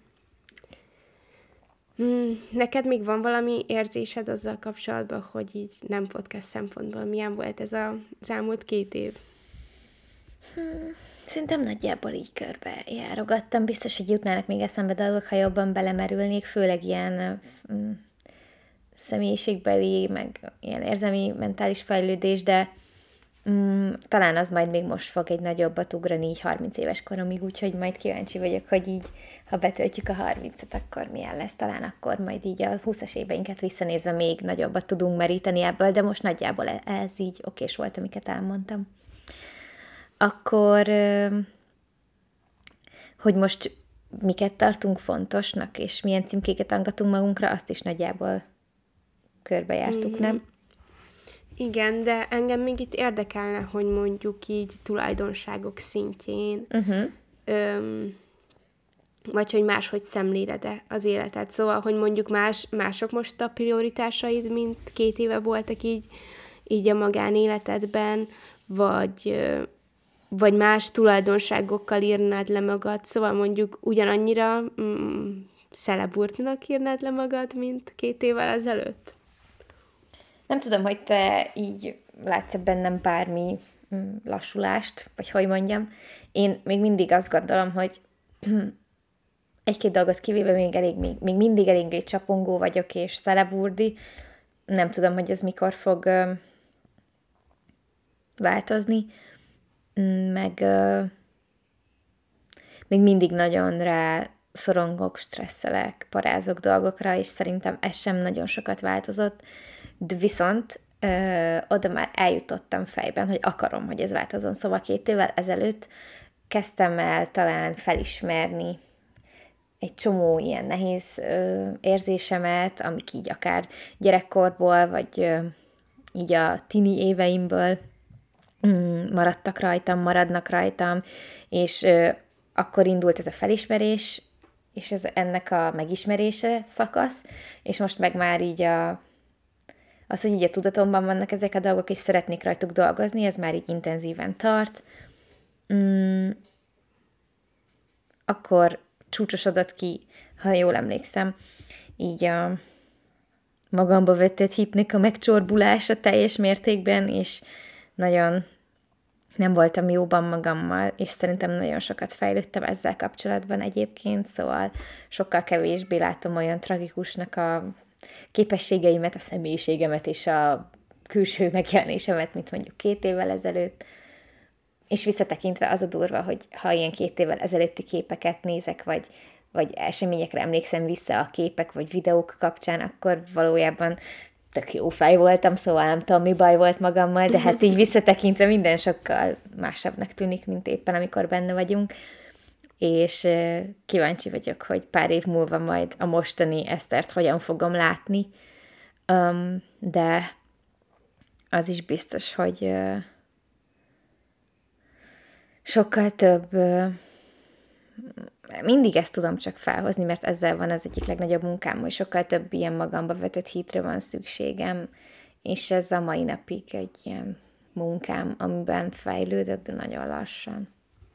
Neked még van valami érzésed azzal kapcsolatban, hogy így nem podcast szempontból milyen volt ez az elmúlt 2 év? Szerintem nagyjából így körbe járogattam. Biztos, hogy jutnának még eszembe dolgok, ha jobban belemerülnék, főleg ilyen személyiségbeli, meg ilyen érzelmi, mentális fejlődés, de talán az majd még most fog egy nagyobbat ugrani így 30 éves koromig, úgyhogy majd kíváncsi vagyok, hogy így, ha betöltjük a 30-at, akkor milyen lesz. Talán akkor majd így a 20-as éveinket visszanézve még nagyobbat tudunk meríteni ebből, de most nagyjából ez így okés volt, amiket elmondtam. Akkor, hogy most miket tartunk fontosnak, és milyen címkéket angatunk magunkra, azt is nagyjából körbejártuk, nem? Igen, de engem még itt érdekelne, hogy mondjuk így tulajdonságok szintjén, vagy hogy máshogy szemléled-e az életet. Szóval, hogy mondjuk mások most a prioritásaid, mint 2 éve voltak így a magánéletedben, vagy más tulajdonságokkal írnád le magad, szóval mondjuk ugyanannyira szeleburtnak írnád le magad, mint 2 évvel ezelőtt? Nem tudom, hogy te így látsz bennem bármi lassulást, vagy hogy mondjam. Én még mindig azt gondolom, hogy 1-2 dolgot kivéve még mindig eléggé csapongó vagyok, és szeleburdi. Nem tudom, hogy ez mikor fog meg még mindig nagyon rá szorongok, stresszelek, parázok dolgokra, és szerintem ez sem nagyon sokat változott, de viszont oda már eljutottam fejben, hogy akarom, hogy ez változzon. Szóval 2 évvel ezelőtt kezdtem el talán felismerni egy csomó ilyen nehéz érzésemet, amik így akár gyerekkorból, vagy így a tini éveimből maradnak rajtam, és akkor indult ez a felismerés, és ez ennek a megismerése szakasz, és most meg már így az, hogy így a tudatomban vannak ezek a dolgok, és szeretnék rajtuk dolgozni, ez már így intenzíven tart. Akkor csúcsosodott ki, ha jól emlékszem, így a magamba vetett hitnek a megcsorbulása teljes mértékben, és nagyon nem voltam jóban magammal, és szerintem nagyon sokat fejlődtem ezzel kapcsolatban egyébként, szóval sokkal kevésbé látom olyan tragikusnak a képességeimet, a személyiségemet és a külső megjelenésemet, mint mondjuk 2 évvel ezelőtt. És visszatekintve az a durva, hogy ha ilyen 2 évvel ezelőtti képeket nézek, vagy eseményekre emlékszem vissza a képek vagy videók kapcsán, akkor valójában tök jó fej voltam, szóval nem tudom, mi baj volt magammal, de hát így visszatekintve minden sokkal másabbnak tűnik, mint éppen amikor benne vagyunk. És kíváncsi vagyok, hogy pár év múlva majd a mostani Esztert hogyan fogom látni, de az is biztos, hogy sokkal több, mindig ezt tudom csak felhozni, mert ezzel van az egyik legnagyobb munkám, hogy sokkal több ilyen magamba vetett hitre van szükségem, és ez a mai napig egy ilyen munkám, amiben fejlődök, de nagyon lassan.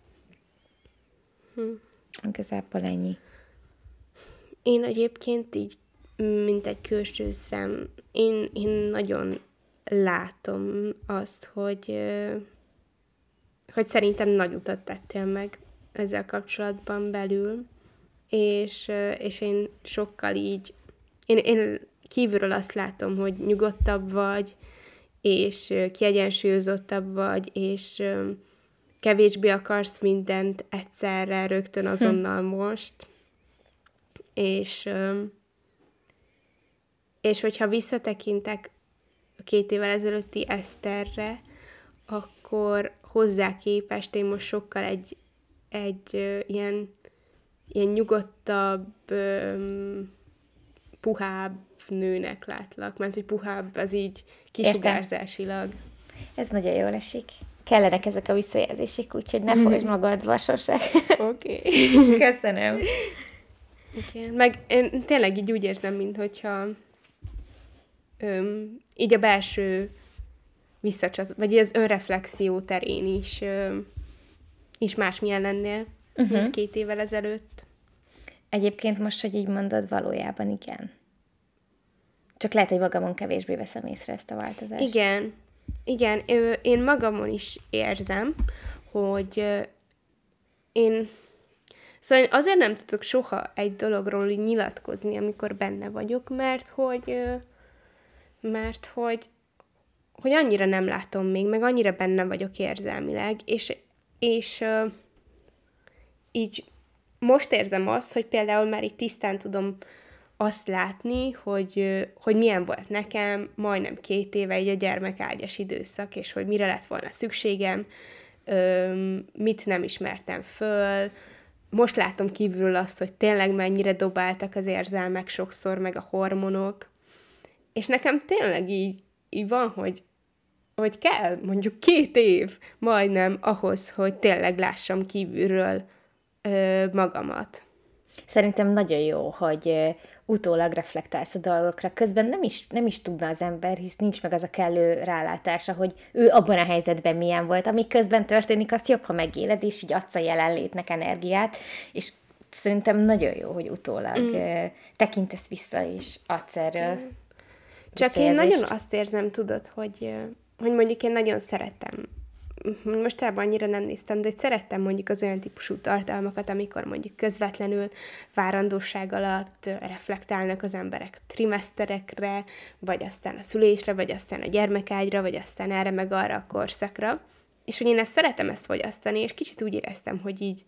Igazából ennyi. Én egyébként így, mint egy külső szem, én nagyon látom azt, hogy szerintem nagy utat tettél meg ezzel kapcsolatban belül, és én sokkal így, én kívülről azt látom, hogy nyugodtabb vagy, és kiegyensúlyozottabb vagy, és kevésbé akarsz mindent egyszerre, rögtön azonnal most. És hogyha visszatekintek a 2 évvel ezelőtti Eszterre, akkor hozzá képest én most sokkal egy ilyen nyugodtabb, puhább nőnek látlak, mert hogy puhább az így kisugárzásilag. Ez nagyon jól esik. Kellenek ezek a visszajelzések, úgyhogy ne folytsd magadba sose. Oké. Köszönöm. Igen. Meg én tényleg így úgy érzem, minthogyha így a belső vagy az önreflexió terén is másmilyen lennél, mint 2 évvel ezelőtt. Egyébként most, hogy így mondod, valójában igen. Csak lehet, hogy magamon kevésbé veszem észre ezt a változást. Igen, én magamon is érzem, hogy Szóval én azért nem tudok soha egy dologról így nyilatkozni, amikor benne vagyok, mert hogy annyira nem látom még, meg annyira benne vagyok érzelmileg, és így most érzem azt, hogy például már így tisztán tudom azt látni, hogy milyen volt nekem majdnem 2 éve így a gyermekágyas időszak, és hogy mire lett volna szükségem, mit nem ismertem föl. Most látom kívülről azt, hogy tényleg mennyire dobáltak az érzelmek sokszor, meg a hormonok. És nekem tényleg így van, hogy kell mondjuk 2 év majdnem ahhoz, hogy tényleg lássam kívülről magamat. Szerintem nagyon jó, hogy utólag reflektálsz a dolgokra. Közben nem is tudna az ember, hisz nincs meg az a kellő rálátása, hogy ő abban a helyzetben milyen volt. Ami közben történik, azt jobb, ha megéled, és így adsz a jelenlétnek energiát, és szerintem nagyon jó, hogy utólag tekintesz vissza, és adsz erről. Csak én nagyon azt érzem, tudod, hogy mondjuk én nagyon szeretem, mostában annyira nem néztem, de hogy szerettem mondjuk az olyan típusú tartalmakat, amikor mondjuk közvetlenül várandóság alatt reflektálnak az emberek a trimeszterekre, vagy aztán a szülésre, vagy aztán a gyermekágyra, vagy aztán erre meg arra a korszakra. És hogy én szeretem ezt fogyasztani, és kicsit úgy éreztem, hogy így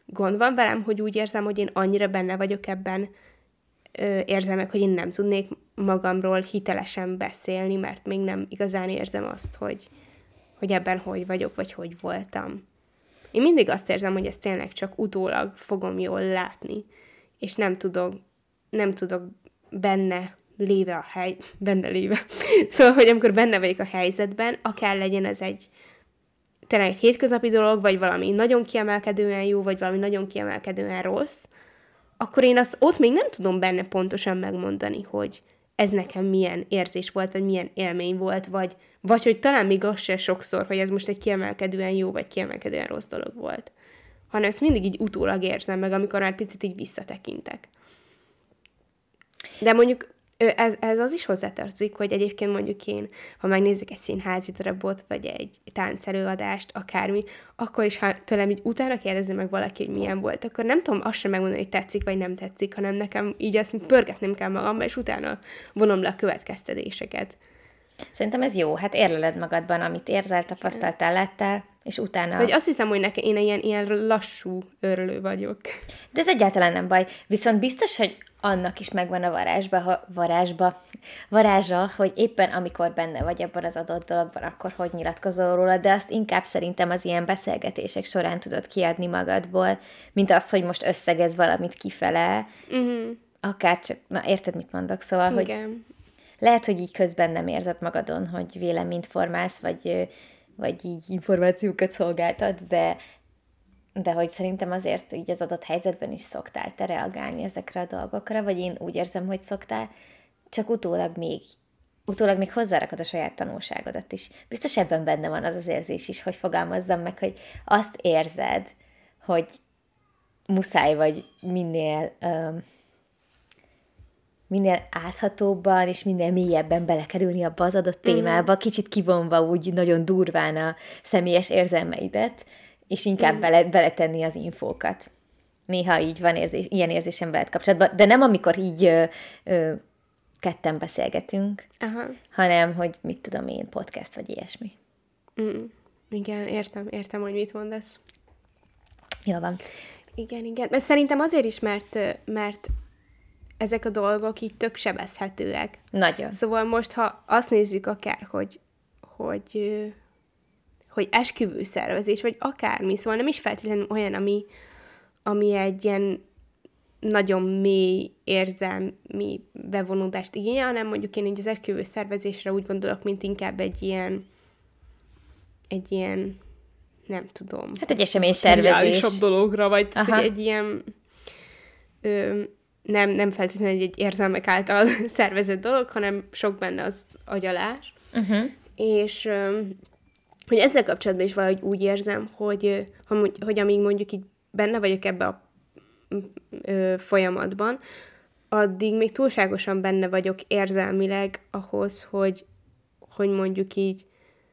gond van velem, hogy úgy érzem, hogy én annyira benne vagyok ebben, érzem meg, hogy én nem tudnék magamról hitelesen beszélni, mert még nem igazán érzem azt, hogy ebben hogy vagyok, vagy hogy voltam. Én mindig azt érzem, hogy ezt tényleg csak utólag fogom jól látni, és nem tudok benne léve. Szóval, hogy amikor benne vagyok a helyzetben, akár legyen ez tényleg egy hétköznapi dolog, vagy valami nagyon kiemelkedően jó, vagy valami nagyon kiemelkedően rossz, akkor én azt ott még nem tudom benne pontosan megmondani, hogy ez nekem milyen érzés volt, vagy milyen élmény volt, vagy hogy talán még az se sokszor, hogy ez most egy kiemelkedően jó, vagy kiemelkedően rossz dolog volt. Hanem ezt mindig így utólag érzem meg, amikor már picit így visszatekintek. De mondjuk ez az is hozzátartozik, hogy egyébként mondjuk én, ha megnézzük egy színházi darabot, vagy egy táncelőadást, akármi, akkor is, ha tőlem így utána kérdezi meg valaki, hogy milyen volt, akkor nem tudom azt sem megmondani, hogy tetszik, vagy nem tetszik, hanem nekem így azt pörgetnem kell magamba, és utána vonom le a következtetéseket. Szerintem ez jó, hát érleled magadban, amit érzel, tapasztaltál, láttál, és utána... Vagy azt hiszem, hogy én ilyen lassú örülő vagyok. De ez egyáltalán nem baj. Viszont biztos, hogy annak is megvan a varázsa, hogy éppen amikor benne vagy abban az adott dologban, akkor hogy nyilatkozol róla, de azt inkább szerintem az ilyen beszélgetések során tudod kiadni magadból, mint az, hogy most összegez valamit kifele, akár csak, na érted, mit mondok, szóval, igen. Hogy lehet, hogy így közben nem érzed magadon, hogy véleményt formálsz, vagy így információkat szolgáltad, de hogy szerintem azért így az adott helyzetben is szoktál te reagálni ezekre a dolgokra, vagy én úgy érzem, hogy szoktál, csak utólag még hozzárakod a saját tanulságodat is. Biztos ebben benne van az érzés is, hogy fogalmazzam meg, hogy azt érzed, hogy muszáj vagy minél áthatóbban és minél mélyebben belekerülni abba az adott témába, kicsit kivonva úgy nagyon durván a személyes érzelmeidet, és inkább beletenni az infókat. Néha így van ilyen érzésem veled kapcsolatban, de nem amikor így ketten beszélgetünk, hanem, hogy mit tudom én, podcast vagy ilyesmi. Igen, értem, hogy mit mondasz. Jó van. Igen. De szerintem azért is, mert ezek a dolgok így tök sebezhetőek. Nagyon. Szóval most, ha azt nézzük akár, hogy esküvőszervezés, vagy akármi, szóval nem is feltétlenül olyan, ami egy ilyen nagyon mély érzelmi bevonódást igényel, hanem mondjuk én így az esküvőszervezésre úgy gondolok, mint inkább egy ilyen nem tudom. Hát egy eseményszervezés. Dologra, vagy egy ilyen nem feltétlenül egy érzelmek által szervezett dolog, hanem sok benne az agyalás. És hogy ezzel kapcsolatban is valahogy úgy érzem, hogy amíg mondjuk így benne vagyok ebbe a folyamatban, addig még túlságosan benne vagyok érzelmileg ahhoz, hogy mondjuk így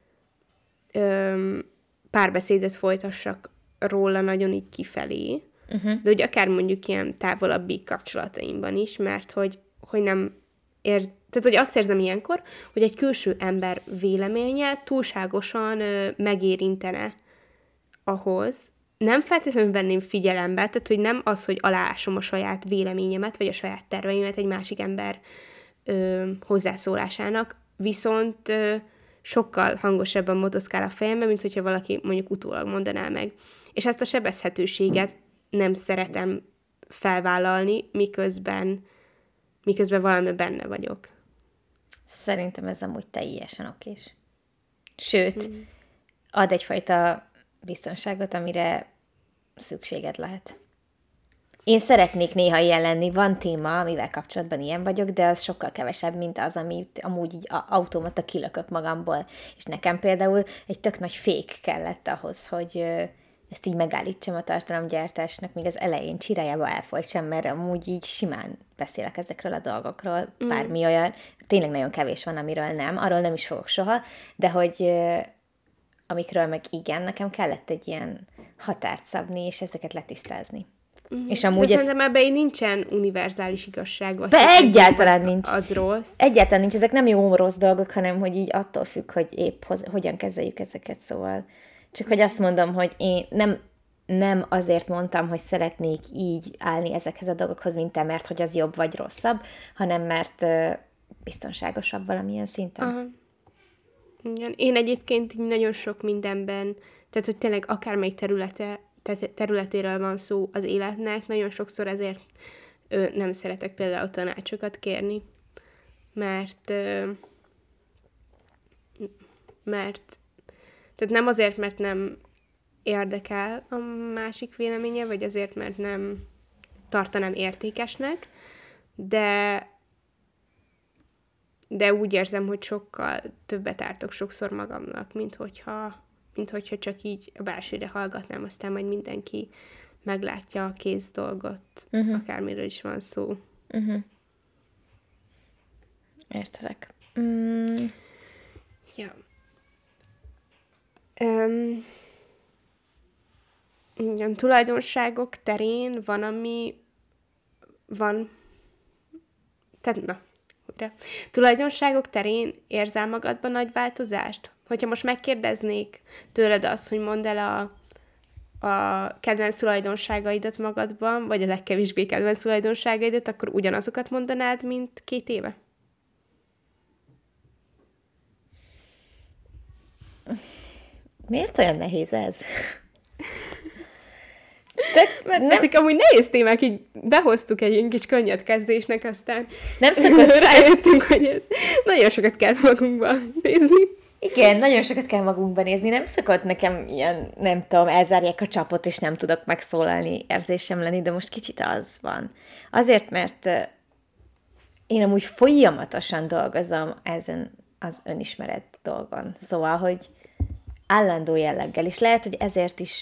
párbeszédet folytassak róla nagyon így kifelé, de hogy akár mondjuk ilyen távolabbi kapcsolataimban is, mert hogy nem tehát, hogy azt érzem ilyenkor, hogy egy külső ember véleménye túlságosan megérintene ahhoz, nem feltétlenül venném figyelembe, tehát, hogy nem az, hogy aláásom a saját véleményemet, vagy a saját terveimet egy másik ember hozzászólásának, viszont sokkal hangosabban motoszkál a fejemben, mint hogyha valaki mondjuk utólag mondaná meg. És ezt a sebezhetőséget nem szeretem felvállalni, miközben valami benne vagyok. Szerintem ez amúgy teljesen okés. Sőt, ad egyfajta biztonságot, amire szükséged lehet. Én szeretnék néha ilyen lenni, van téma, amivel kapcsolatban ilyen vagyok, de az sokkal kevesebb, mint az, amit amúgy így automata kilökök magamból. És nekem például egy tök nagy fék kellett ahhoz, hogy ezt így megállítsam a tartalomgyártásnak, míg az elején csirájába elfolytsam, mert amúgy így simán beszélek ezekről a dolgokról, bármi olyan, tényleg nagyon kevés van, amiről nem, arról nem is fogok soha, de hogy amikről meg igen, nekem kellett egy ilyen határt szabni, és ezeket letisztázni. És amúgy de szerintem ebben nincsen univerzális igazság. Vagy egyáltalán nincs. Az rossz. Egyáltalán nincs, ezek nem jó-rossz dolgok, hanem hogy így attól függ, hogy épp hogyan kezeljük ezeket, szóval. Csak hogy azt mondom, hogy én nem azért mondtam, hogy szeretnék így állni ezekhez a dolgokhoz, mint te, mert hogy az jobb vagy rosszabb, hanem mert biztonságosabb valamilyen szinten. Aha. Igen. Én egyébként nagyon sok mindenben, tehát hogy tényleg akármelyik területéről van szó az életnek, nagyon sokszor ezért nem szeretek például tanácsokat kérni, mert tehát nem azért, mert nem érdekel a másik véleménye, vagy azért, mert nem tartanám értékesnek, de úgy érzem, hogy sokkal többet ártok sokszor magamnak, mint hogyha csak így a belsőre hallgatnám, aztán majd mindenki meglátja a kész dolgot, akármiről is van szó. Értelek. Ja. Igen, tulajdonságok terén van, ami van... Tehát, na, újra. Tulajdonságok terén érzel magadban nagy változást? Hogyha most megkérdeznék tőled azt, hogy mondd el a kedvenc tulajdonságaidat magadban, vagy a legkevésbé kedvenc tulajdonságaidat, akkor ugyanazokat mondanád, mint 2 éve? Miért olyan nehéz ez? Mert ezek amúgy nehéz témák, így behoztuk egy ilyen kis könnyed kezdésnek, aztán nem szokott... rájöttünk, hogy ez nagyon sokat kell magunkban nézni. Igen, nagyon sokat kell magunkban nézni. Nem szokott nekem ilyen, nem tudom, elzárják a csapot, és nem tudok megszólalni, érzésem lenni, de most kicsit az van. Azért, mert én amúgy folyamatosan dolgozom ezen az önismeret dolgon. Szóval, hogy állandó jelleggel, és lehet, hogy ezért is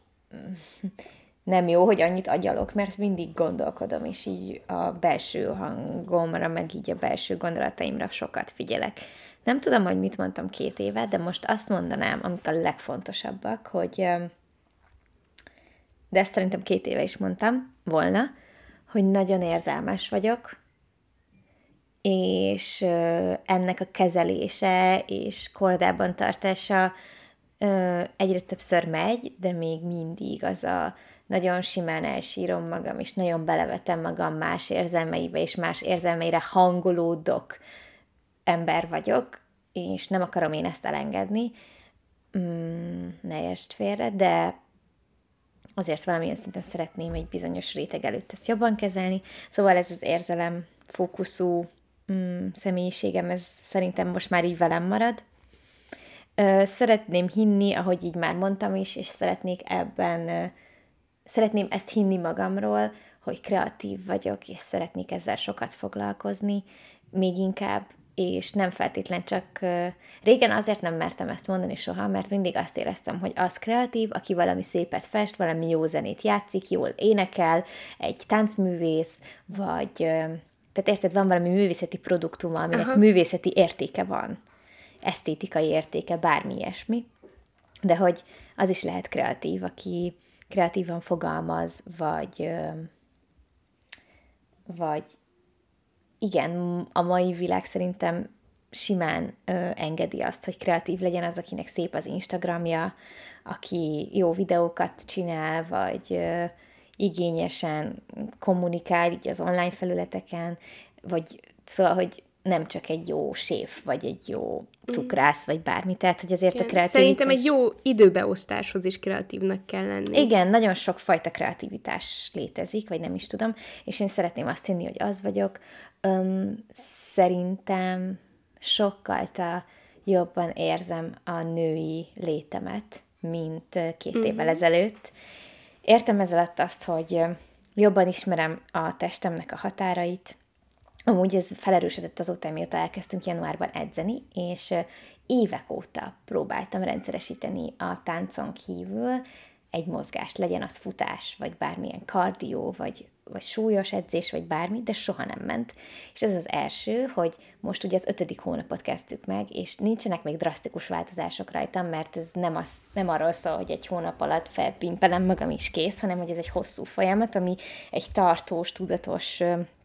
nem jó, hogy annyit agyalok, mert mindig gondolkodom, és így a belső hangomra, meg így a belső gondolataimra sokat figyelek. Nem tudom, hogy mit mondtam 2 éve, de most azt mondanám, amik a legfontosabbak, hogy, de ezt szerintem 2 éve is mondtam volna, hogy nagyon érzelmes vagyok, és ennek a kezelése és kordában tartása egyre többször megy, de még mindig az a nagyon simán elsírom magam, és nagyon belevetem magam más érzelmeibe, és más érzelmeire hangolódok ember vagyok, és nem akarom én ezt elengedni, ne értsd félre, de azért valamilyen szinten szeretném egy bizonyos réteg előtt ezt jobban kezelni, szóval ez az érzelem fókuszú személyiségem, ez szerintem most már így velem marad. Szeretném hinni, ahogy így már mondtam is, és szeretném ezt hinni magamról, hogy kreatív vagyok, és szeretnék ezzel sokat foglalkozni, még inkább, és nem feltétlen csak... Régen azért nem mertem ezt mondani soha, mert mindig azt éreztem, hogy az kreatív, aki valami szépet fest, valami jó zenét játszik, jól énekel, egy táncművész, vagy... Tehát érted, van valami művészeti produktuma, aminek művészeti értéke van. Esztétikai értéke, bármi ilyesmi. De hogy az is lehet kreatív, aki kreatívan fogalmaz, vagy igen, a mai világ szerintem simán engedi azt, hogy kreatív legyen az, akinek szép az Instagramja, aki jó videókat csinál, vagy igényesen kommunikál így az online felületeken, vagy szóval, hogy nem csak egy jó séf, vagy egy jó cukrász, vagy bármi. Tehát, hogy azért a kreativitás... Szerintem egy jó időbeosztáshoz is kreatívnak kell lenni. Igen, nagyon sok fajta kreativitás létezik, vagy nem is tudom, és én szeretném azt hinni, hogy az vagyok. Szerintem sokkal jobban érzem a női létemet, mint 2 évvel ezelőtt. Értem ez alatt azt, hogy jobban ismerem a testemnek a határait. Amúgy ez felerősödött azóta, mióta elkezdtünk januárban edzeni, és évek óta próbáltam rendszeresíteni a táncon kívül egy mozgást, legyen az futás, vagy bármilyen kardió, vagy súlyos edzés, vagy bármi, de soha nem ment. És ez az első, hogy most ugye az 5. hónapot kezdtük meg, és nincsenek még drasztikus változások rajtam, mert ez nem arról szól, hogy egy hónap alatt felpimpelem magam is kész, hanem hogy ez egy hosszú folyamat, ami egy tartós, tudatos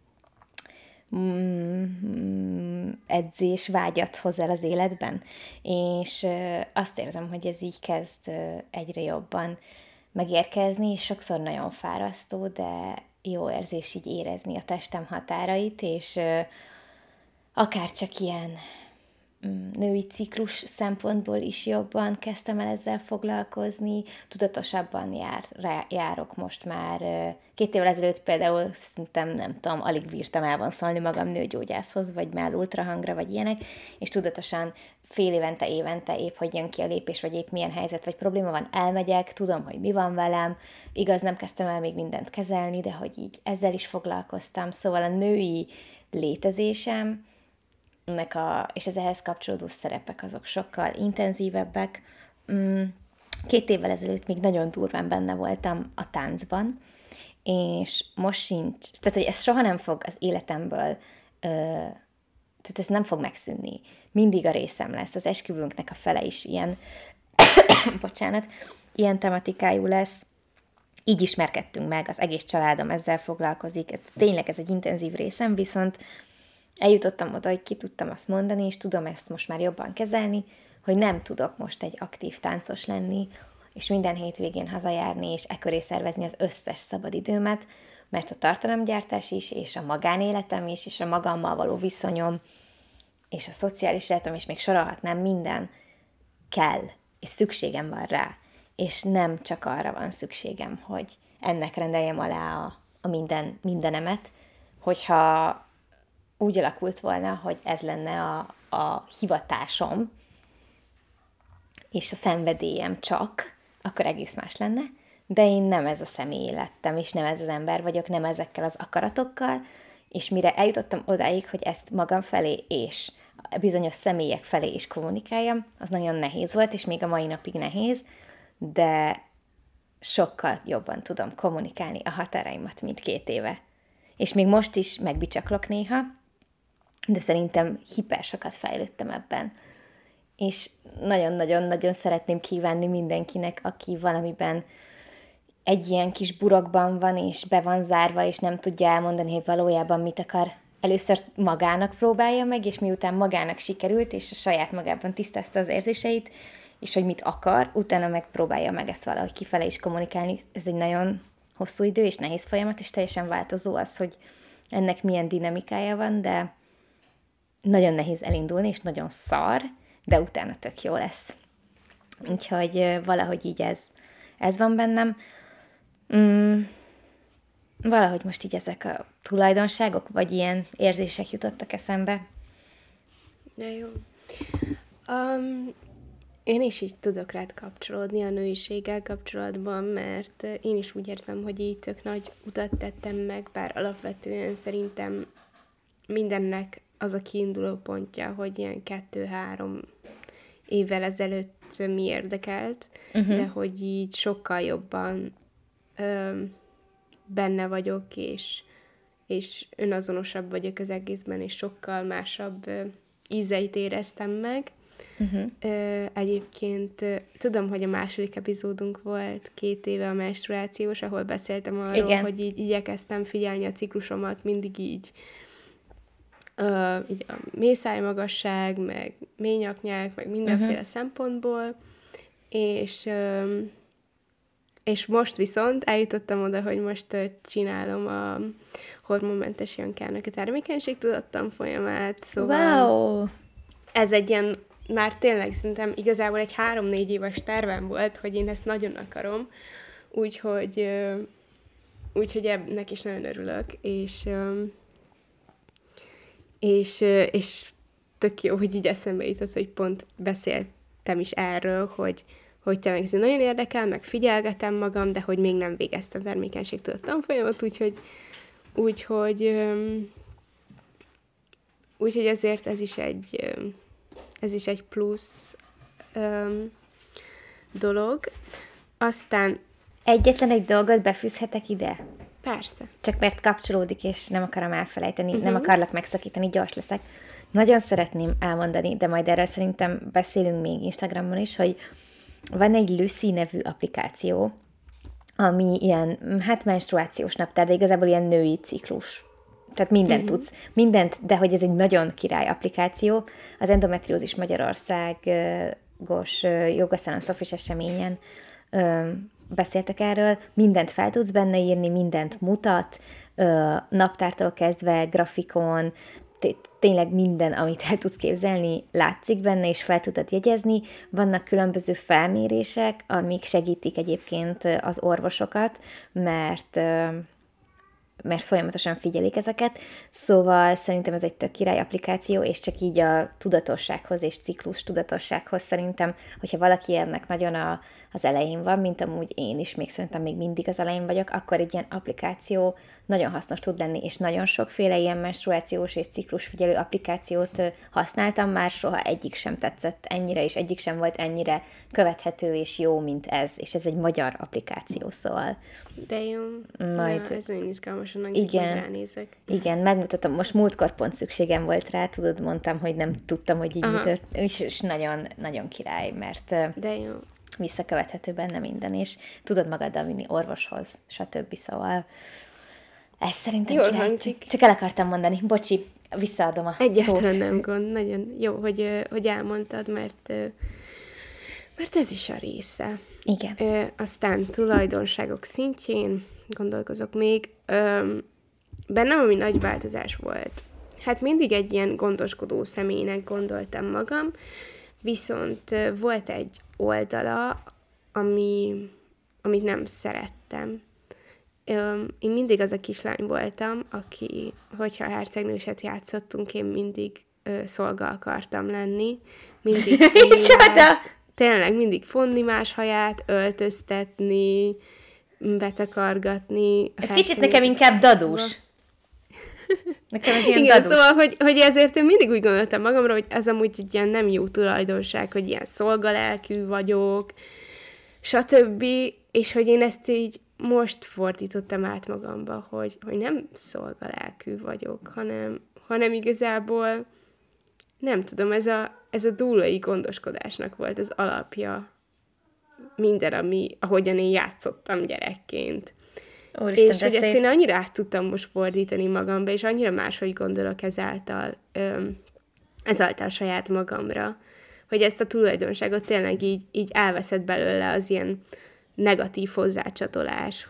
edzés vágyat hoz el az életben, és azt érzem, hogy ez így kezd egyre jobban megérkezni, és sokszor nagyon fárasztó, de jó érzés így érezni a testem határait, és akár csak ilyen női ciklus szempontból is jobban kezdtem el ezzel foglalkozni, tudatosabban járok most már. 2 évvel ezelőtt például szerintem, nem tudom, alig bírtam elvonszolni magam nőgyógyászhoz, vagy már ultrahangra, vagy ilyenek, és tudatosan fél évente, évente, épp hogy jön ki a lépés, vagy épp milyen helyzet, vagy probléma van, elmegyek, tudom, hogy mi van velem, igaz, nem kezdtem el még mindent kezelni, de hogy így ezzel is foglalkoztam, szóval a női létezésem, és az ehhez kapcsolódó szerepek azok sokkal intenzívebbek. 2 évvel ezelőtt még nagyon durván benne voltam a táncban, és most sincs, tehát hogy ez soha nem fog az életemből, tehát ez nem fog megszűnni. Mindig a részem lesz. Az esküvőnknek a fele is ilyen, bocsánat, ilyen tematikájú lesz. Így ismerkedtünk meg, az egész családom ezzel foglalkozik, tényleg ez egy intenzív részem, viszont eljutottam oda, hogy ki tudtam azt mondani, és tudom ezt most már jobban kezelni, hogy nem tudok most egy aktív táncos lenni, és minden hétvégén hazajárni, és ekköré szervezni az összes szabadidőmet, mert a tartalomgyártás is, és a magánéletem is, és a magammal való viszonyom, és a szociális életem is, még sorolhatnám, minden kell, és szükségem van rá, és nem csak arra van szükségem, hogy ennek rendeljem alá a mindenemet, hogyha úgy alakult volna, hogy ez lenne a hivatásom, és a szenvedélyem csak, akkor egész más lenne, de én nem ez a személy lettem, és nem ez az ember vagyok, nem ezekkel az akaratokkal, és mire eljutottam odáig, hogy ezt magam felé és a bizonyos személyek felé is kommunikáljam, az nagyon nehéz volt, és még a mai napig nehéz, de sokkal jobban tudom kommunikálni a határaimat, mint 2 éve. És még most is megbicsaklok néha, de szerintem hiper sokat fejlődtem ebben. És nagyon-nagyon-nagyon szeretném kívánni mindenkinek, aki valamiben egy ilyen kis burokban van, és be van zárva, és nem tudja elmondani, hogy valójában mit akar. Először magának próbálja meg, és miután magának sikerült, és a saját magában tisztázta az érzéseit, és hogy mit akar, utána megpróbálja meg ezt valahogy kifele is kommunikálni. Ez egy nagyon hosszú idő, és nehéz folyamat, és teljesen változó az, hogy ennek milyen dinamikája van, de nagyon nehéz elindulni, és nagyon szar, de utána tök jó lesz. Úgyhogy valahogy így ez van bennem. Valahogy most így ezek a tulajdonságok, vagy ilyen érzések jutottak eszembe. De jó. Én is így tudok rád kapcsolódni a nőiséggel kapcsolatban, mert én is úgy érzem, hogy így tök nagy utat tettem meg, bár alapvetően szerintem mindennek az a kiinduló pontja, hogy ilyen 2-3 évvel ezelőtt mi érdekelt, de hogy így sokkal jobban benne vagyok, és önazonosabb vagyok az egészben, és sokkal másabb ízeit éreztem meg. Egyébként tudom, hogy a második epizódunk volt 2 éve a menstruációs, ahol beszéltem arról, igen, hogy így igyekeztem figyelni a ciklusomat mindig így a mészájmagasság, meg mélynyaknyák, meg mindenféle szempontból, és most viszont eljutottam oda, hogy most csinálom a hormonmentes Jankának a termékenységtudattanfolyamát, szóval wow, ez egy ilyen, már tényleg szerintem igazából egy 3-4 éves tervem volt, hogy én ezt nagyon akarom, úgyhogy ennek is nagyon örülök, és tök jó, hogy így eszembe jutott, hogy pont beszéltem is erről, hogy tényleg ez nagyon érdekel, meg figyelgetem magam, de hogy még nem végeztem termékenységtudattanfolyamat, úgyhogy ezért ez is egy plusz dolog. Aztán egyetlen egy dolgot befűzhetek ide? Persze. Csak mert kapcsolódik, és nem akarom elfelejteni, nem akarlak megszakítani, gyors leszek. Nagyon szeretném elmondani, de majd erről szerintem beszélünk még Instagramon is, hogy van egy Lucy nevű applikáció, ami ilyen, menstruációs naptár, de igazából ilyen női ciklus. Tehát mindent tudsz, mindent, de hogy ez egy nagyon király applikáció. Az Endometriózis Magyarországos Yoga Salon Sofis eseményen beszéltek erről, mindent fel tudsz benne írni, mindent mutat, naptártól kezdve, grafikon, tényleg minden, amit el tudsz képzelni, látszik benne, és fel tudod jegyezni. Vannak különböző felmérések, amik segítik egyébként az orvosokat, mert folyamatosan figyelik ezeket, szóval szerintem ez egy tök király applikáció, és csak így a tudatossághoz és ciklus tudatossághoz szerintem, hogyha valaki ennek nagyon az elején van, mint amúgy én is, még szerintem még mindig az elején vagyok, akkor egy ilyen applikáció nagyon hasznos tud lenni, és nagyon sokféle ilyen menstruációs és ciklusfigyelő applikációt használtam már, soha egyik sem tetszett ennyire, és egyik sem volt ennyire követhető és jó, mint ez, és ez egy magyar applikáció, szóval. De jó. Majd... ez nagyon izgalmasan hangzik, majd ránézek. Igen, megmutatom. Most múltkor pont szükségem volt rá, tudod, mondtam, hogy nem tudtam, hogy így mi történt, és nagyon, nagyon király, mert de jó. Visszakövethető benne minden, és tudod magaddal vinni orvoshoz, stb. Szóval ez szerintem jól király. hangzik. Csak el akartam mondani, bocsi, visszaadom a Egyáltalán szót. nem gond, nagyon jó, hogy elmondtad, mert ez is a része. Igen. Aztán tulajdonságok szintjén gondolkozok még. Bennem ami nagy változás volt. Hát mindig egy ilyen gondoskodó személynek gondoltam magam, viszont volt egy oldala, amit nem szerettem. Én mindig az a kislány voltam, aki, hogyha hercegnőset játszottunk, én mindig szolga akartam lenni. Mindig tényleg mindig fonni más haját, öltöztetni, betakargatni. Ez kicsit nekem inkább dadus. Nekem ez ilyen igen, dadus. szóval, hogy ezért én mindig úgy gondoltam magamra, hogy ez amúgy egy ilyen nem jó tulajdonság, hogy ilyen szolgalelkű vagyok, stb. És hogy én ezt így most fordítottam át magamba, hogy nem szolgalelkű vagyok, hanem igazából nem tudom, ez a dúlai gondoskodásnak volt az alapja minden, ahogyan én játszottam gyerekként. Úristen, és hogy ezt én annyira át tudtam most fordítani magamba, és annyira máshogy gondolok ezáltal saját magamra, hogy ezt a tulajdonságot tényleg így elveszett belőle az ilyen negatív hozzácsatolás,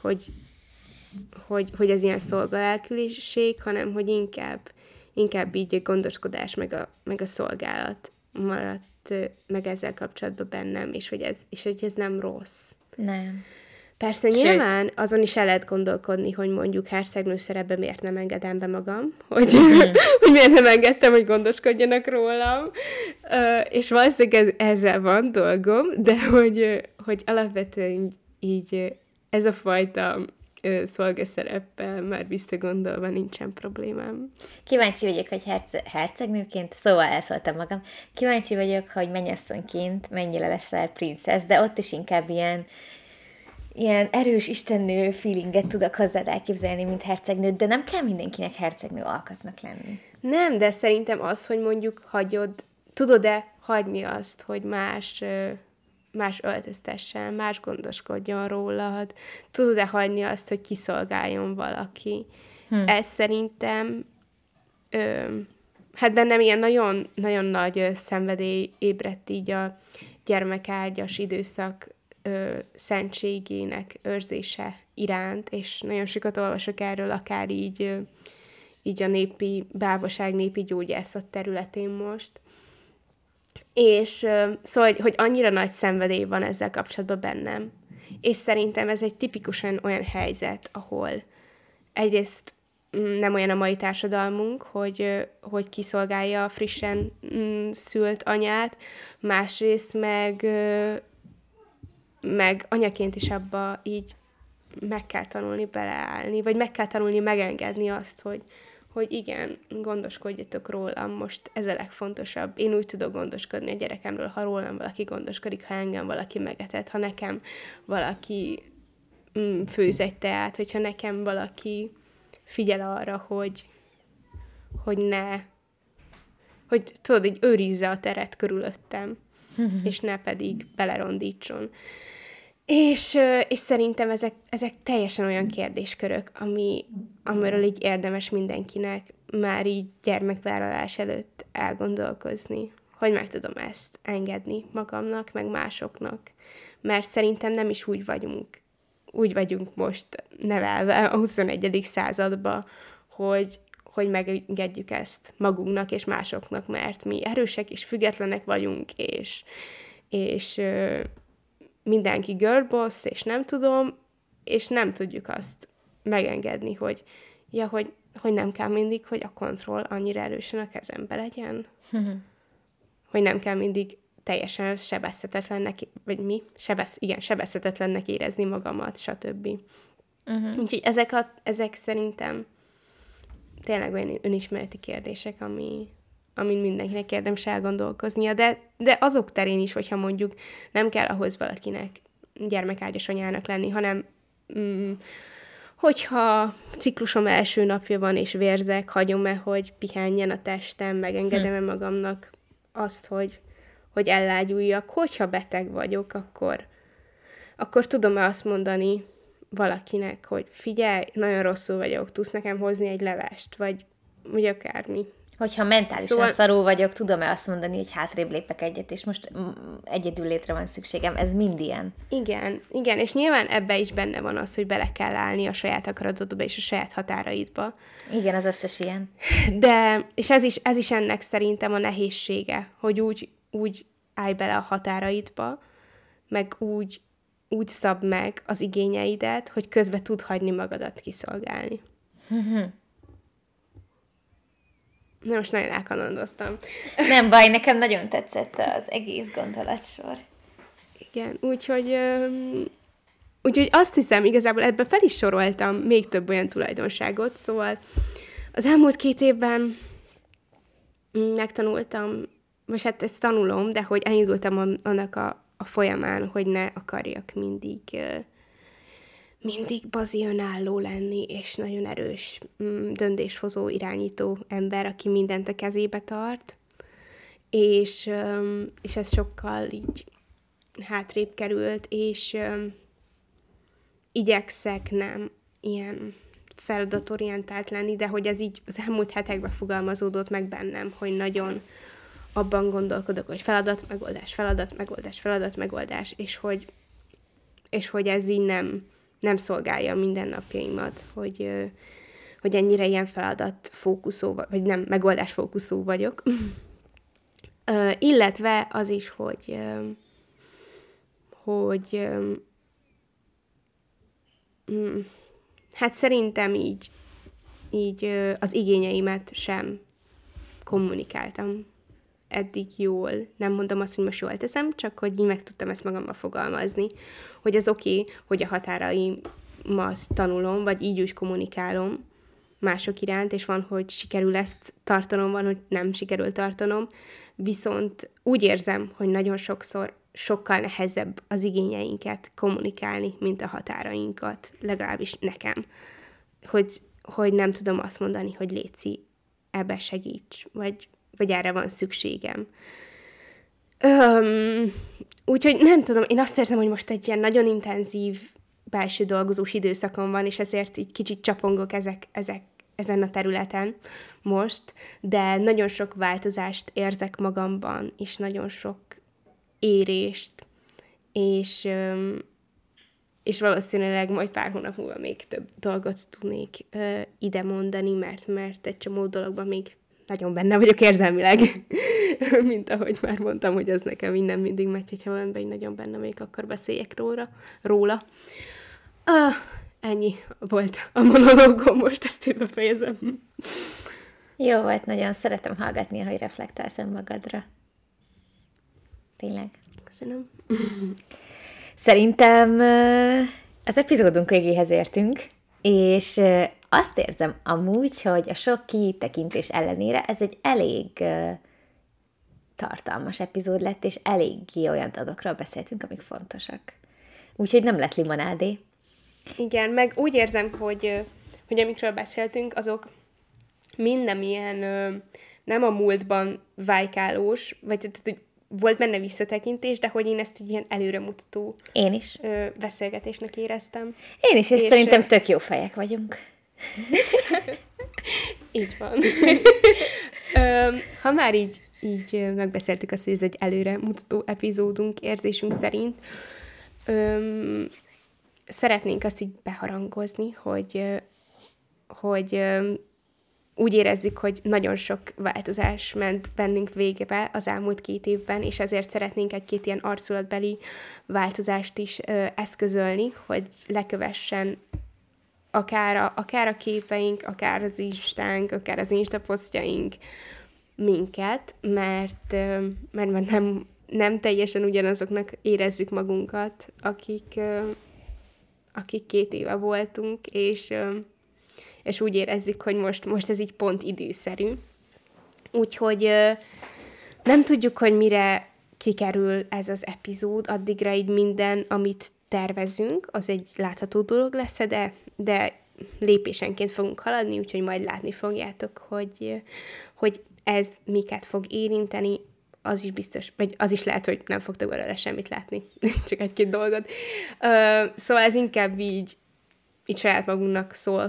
hogy ez ilyen szolgalelküliség, hanem hogy inkább így a gondoskodás meg a szolgálat maradt meg ezzel kapcsolatban bennem, és hogy ez nem rossz. Nem. Persze nyilván azon is el lehet gondolkodni, hogy mondjuk hercegnő szerepbe miért nem engedem be magam, hogy miért nem engedtem, hogy gondoskodjanak rólam, és valószínűleg ezzel van dolgom, de hogy alapvetően így ez a fajta szolgaszereppel már visszagondolva nincsen problémám. Kíváncsi vagyok, hogy hercegnőként, szóval elszóltam magam, kíváncsi vagyok, hogy mennyasszonyként mennyire leszel princesz, de ott is inkább ilyen erős istennő feelinget tudok hozzád elképzelni, mint hercegnőt, de nem kell mindenkinek hercegnő alkatnak lenni. Nem, de szerintem az, hogy mondjuk tudod-e hagyni azt, hogy más öltöztessen, más gondoskodjon rólad, tudod-e hagyni azt, hogy kiszolgáljon valaki. Ez szerintem hát bennem ilyen nagyon, nagyon nagy szenvedély ébredt így a gyermekágyas időszak szentségének őrzése iránt, és nagyon sokat olvasok erről, akár így a népi bábaság, népi gyógyászat területén most. És szóval, hogy annyira nagy szenvedély van ezzel kapcsolatban bennem. És szerintem ez egy tipikusan olyan helyzet, ahol egyrészt nem olyan a mai társadalmunk, hogy kiszolgálja a frissen szült anyát, másrészt meg anyaként is abba így meg kell tanulni beleállni, vagy meg kell tanulni megengedni azt, hogy igen, gondoskodjatok rólam, most ez a legfontosabb. Én úgy tudok gondoskodni a gyerekemről, ha rólam valaki gondoskodik, ha engem valaki megetett, ha nekem valaki főz egy teát, hogyha nekem valaki figyel arra, hogy tudod, így őrizze a teret körülöttem, és ne pedig belerondítson. És szerintem ezek teljesen olyan kérdéskörök, amiről így érdemes mindenkinek már így gyermekvállalás előtt elgondolkozni. hogy meg tudom ezt engedni magamnak, meg másoknak. Mert szerintem nem is úgy vagyunk most nevelve a 21. században, hogy megengedjük ezt magunknak és másoknak, mert mi erősek és függetlenek vagyunk, és mindenki girlboss, és nem tudom, és nem tudjuk azt megengedni, hogy nem kell mindig, hogy a kontroll annyira erősen a kezembe legyen. Hogy nem kell mindig teljesen sebezhetetlennek, vagy mi? Sebezhetetlennek érezni magamat, stb. Úgyhogy ezek szerintem tényleg olyan önismereti kérdések, amin mindenkinek érdemes elgondolkoznia, de azok terén is, hogyha mondjuk nem kell ahhoz valakinek gyermekágyas anyának lenni, hanem hogyha ciklusom első napja van, és vérzek, hagyom-e, hogy pihenjen a testem, megengedem-e magamnak azt, hogy ellágyuljak. Hogyha beteg vagyok, akkor tudom-e azt mondani valakinek, hogy figyelj, nagyon rosszul vagyok, tudsz nekem hozni egy levest, vagy akármi. Hogyha mentálisan szarul vagyok, tudom-e azt mondani, hogy hátrébb lépek egyet, és most egyedül létre van szükségem. Ez mind ilyen. Igen, és nyilván ebbe is benne van az, hogy bele kell állni a saját akaratodba és a saját határaidba. Igen, az összes ilyen. És ez is ennek szerintem a nehézsége, hogy úgy állj bele a határaidba, meg úgy szab meg az igényeidet, hogy közben tud hagyni magadat kiszolgálni. Na, most nagyon elkalandoztam. Nem baj, nekem nagyon tetszett az egész gondolatsor. Igen, úgyhogy azt hiszem, igazából ebbe fel is soroltam még több olyan tulajdonságot, szóval az elmúlt 2 évben megtanultam, most hát ezt tanulom, de hogy elindultam annak a folyamán, hogy ne akarjak mindig bazionálló lenni, és nagyon erős döntéshozó, irányító ember, aki mindent a kezébe tart, és ez sokkal így hátrébb került, és igyekszek nem ilyen feladatorientált lenni, de hogy ez így az elmúlt hetekben fogalmazódott meg bennem, hogy nagyon abban gondolkodok, hogy feladat, megoldás, és hogy ez így nem szolgálja a mindennapjaimat, hogy ennyire ilyen feladatfókuszú, vagy nem, megoldásfókuszú vagyok. Illetve az is, hogy hát szerintem így az igényeimet sem kommunikáltam eddig jól. Nem mondom azt, hogy most jól teszem, csak hogy így meg tudtam ezt magammal fogalmazni, hogy az oké, hogy a határaimat tanulom, vagy így úgy kommunikálom mások iránt, és van, hogy sikerül ezt tartanom, van, hogy nem sikerül tartanom, viszont úgy érzem, hogy nagyon sokszor sokkal nehezebb az igényeinket kommunikálni, mint a határainkat, legalábbis nekem. Hogy nem tudom azt mondani, hogy léci, ebbe segíts, vagy erre van szükségem. Úgyhogy nem tudom, én azt érzem, hogy most egy ilyen nagyon intenzív belső dolgozós időszakom van, és ezért így kicsit csapongok ezen a területen most, de nagyon sok változást érzek magamban, és nagyon sok érést, és valószínűleg majd pár hónap múlva még több dolgot tudnék ide mondani, mert egy csomó dologban még nagyon benne vagyok érzelmileg, mint ahogy már mondtam, hogy az nekem innen mindig megy, hogyha valamiben így nagyon benne vagyok, akkor beszéljek róla. Ennyi volt a monológom, most ezt én befejezem. Jó volt, nagyon szeretem hallgatni, ahogy reflektálsz önmagadra. Tényleg. Köszönöm. Szerintem az epizódunk végéhez értünk, és azt érzem amúgy, hogy a sok kitekintés ellenére ez egy elég tartalmas epizód lett, és eléggé olyan dolgokról beszéltünk, amik fontosak. Úgyhogy nem lett limonádé. Igen, meg úgy érzem, hogy amikről beszéltünk, azok mind nem ilyen, nem a múltban vájkálós, vagy tehát, hogy volt benne visszatekintés, de hogy én ezt egy ilyen előremutató én is. Beszélgetésnek éreztem. Én is, és szerintem tök jó fejek vagyunk. Így van. Ha már így így megbeszéltük azt, hogy ez egy előre mutató epizódunk érzésünk szerint. Szeretnénk azt így beharangozni, hogy úgy érezzük, hogy nagyon sok változás ment bennünk végbe az elmúlt 2 évben, és ezért szeretnénk egy-két ilyen arculatbeli változást is eszközölni, hogy lekövessen akár a képeink, akár az Instánk, akár az Instaposztjaink minket, mert nem teljesen ugyanazoknak érezzük magunkat, akik 2 éve voltunk, és úgy érezzük, hogy most ez így pont időszerű. Úgyhogy nem tudjuk, hogy mire kikerül ez az epizód, addigra így minden, amit tervezünk, az egy látható dolog lesz, de lépésenként fogunk haladni, úgyhogy majd látni fogjátok, hogy ez miket fog érinteni, az is biztos, vagy az is lehet, hogy nem fogtok belőle semmit látni, csak egy-két dolgot. Szóval ez inkább így saját magunknak szól,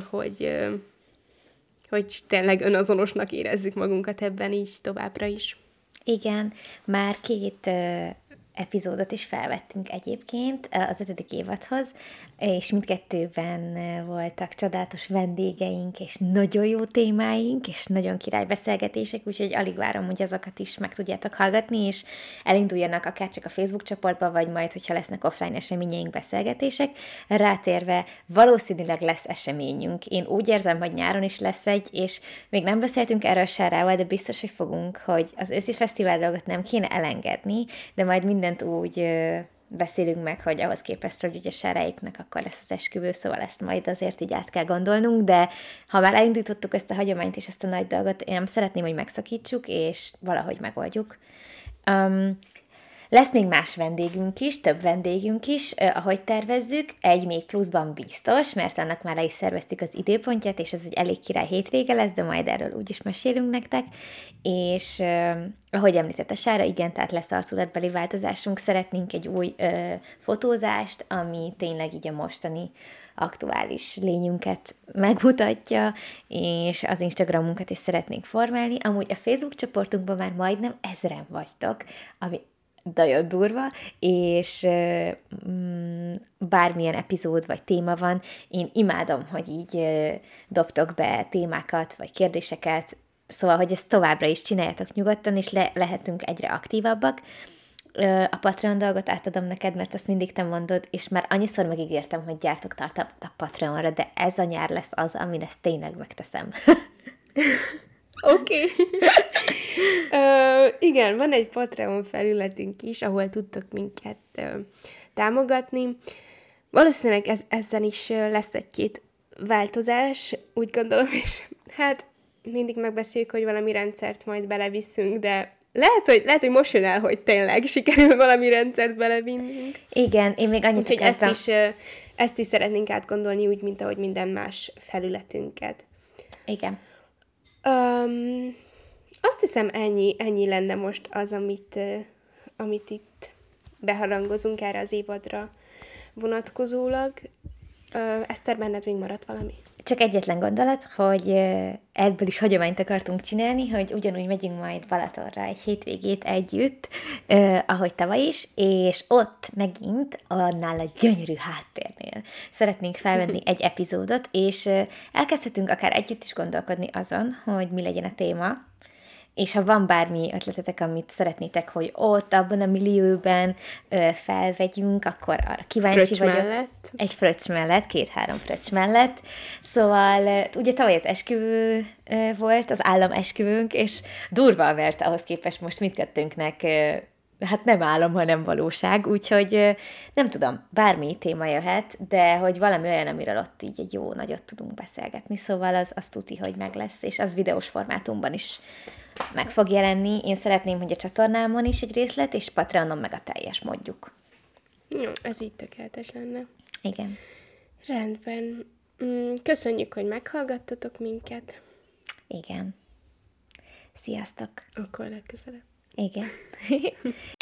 hogy tényleg önazonosnak érezzük magunkat ebben így továbbra is. Igen, már 2 epizódot is felvettünk egyébként az 5. évadhoz, és mindkettőben voltak csodálatos vendégeink, és nagyon jó témáink, és nagyon király beszélgetések, úgyhogy alig várom, hogy azokat is meg tudjátok hallgatni, és elinduljanak akár csak a Facebook csoportba, vagy majd, hogyha lesznek offline eseményeink, beszélgetések. Rátérve, valószínűleg lesz eseményünk. Én úgy érzem, hogy nyáron is lesz egy, és még nem beszéltünk erről Sárával, de biztos, hogy fogunk, hogy az őszi fesztivál dolgot nem kéne elengedni, de majd mindent úgy beszélünk meg, hogy ahhoz képest, hogy ugye Sáráiknak akkor lesz az esküvő, szóval ezt majd azért így át kell gondolnunk, de ha már elindítottuk ezt a hagyományt és ezt a nagy dolgot, én szeretném, hogy megszakítsuk, és valahogy megoldjuk. Lesz még más vendégünk is, több vendégünk is, ahogy tervezzük, egy még pluszban biztos, mert annak már le is szerveztük az időpontját, és ez egy elég király hétvége lesz, de majd erről úgyis mesélünk nektek, és ahogy említette Sára, igen, tehát lesz arculatbeli változásunk, szeretnénk egy új fotózást, ami tényleg így a mostani aktuális lényünket megmutatja, és az Instagramunkat is szeretnénk formálni. Amúgy a Facebook csoportunkban már majdnem 1000-en vagytok, ami nagyon durva, és bármilyen epizód vagy téma van, én imádom, hogy így dobtok be témákat vagy kérdéseket, szóval, hogy ezt továbbra is csináljátok nyugodtan, és lehetünk egyre aktívabbak. A Patreon dolgot átadom neked, mert azt mindig te mondod, és már annyiszor megígértem, hogy gyártok tartalmat a Patreonra, de ez a nyár lesz az, amin ezt tényleg megteszem. Oké. Igen, van egy Patreon felületünk is, ahol tudtok minket támogatni. Valószínűleg ezen is lesz egy-két változás, úgy gondolom, és hát mindig megbeszéljük, hogy valami rendszert majd beleviszünk, de lehet, hogy most jön el, hogy tényleg sikerül valami rendszert belevinnünk. Igen, én még annyit akartam. Ezt is szeretnénk átgondolni úgy, mint ahogy minden más felületünket. Igen. Azt hiszem ennyi lenne most az, amit itt beharangozunk erre az évadra vonatkozólag. Eszter, benned még maradt valami? Csak egyetlen gondolat, hogy ebből is hagyományt akartunk csinálni, hogy ugyanúgy megyünk majd Balatonra egy hétvégét együtt, ahogy tavaly is, és ott megint annál a gyönyörű háttérnél szeretnénk felvenni egy epizódot, és elkezdhetünk akár együtt is gondolkodni azon, hogy mi legyen a téma, és ha van bármi ötletetek, amit szeretnétek, hogy ott, abban a millióben felvegyünk, akkor arra kíváncsi fröccs vagyok. Mellett. Egy fröccs mellett, 2-3 fröccs mellett. Szóval ugye tavaly az esküvő volt, az állam esküvőnk, és durva, mert ahhoz képest most mindkettőnknek hát nem álom, hanem valóság, úgyhogy nem tudom, bármi téma jöhet, de hogy valami olyan, amiről ott így egy jó nagyot tudunk beszélgetni, szóval az tuti, hogy meg lesz, és az videós formátumban is meg fog jelenni. Én szeretném, hogy a csatornámon is egy részlet, és Patreonon meg a teljes modjuk. Jó, ez így tökéletes lenne. Igen. Rendben. Köszönjük, hogy meghallgattatok minket. Igen. Sziasztok! Akkor legközelebb. Igen.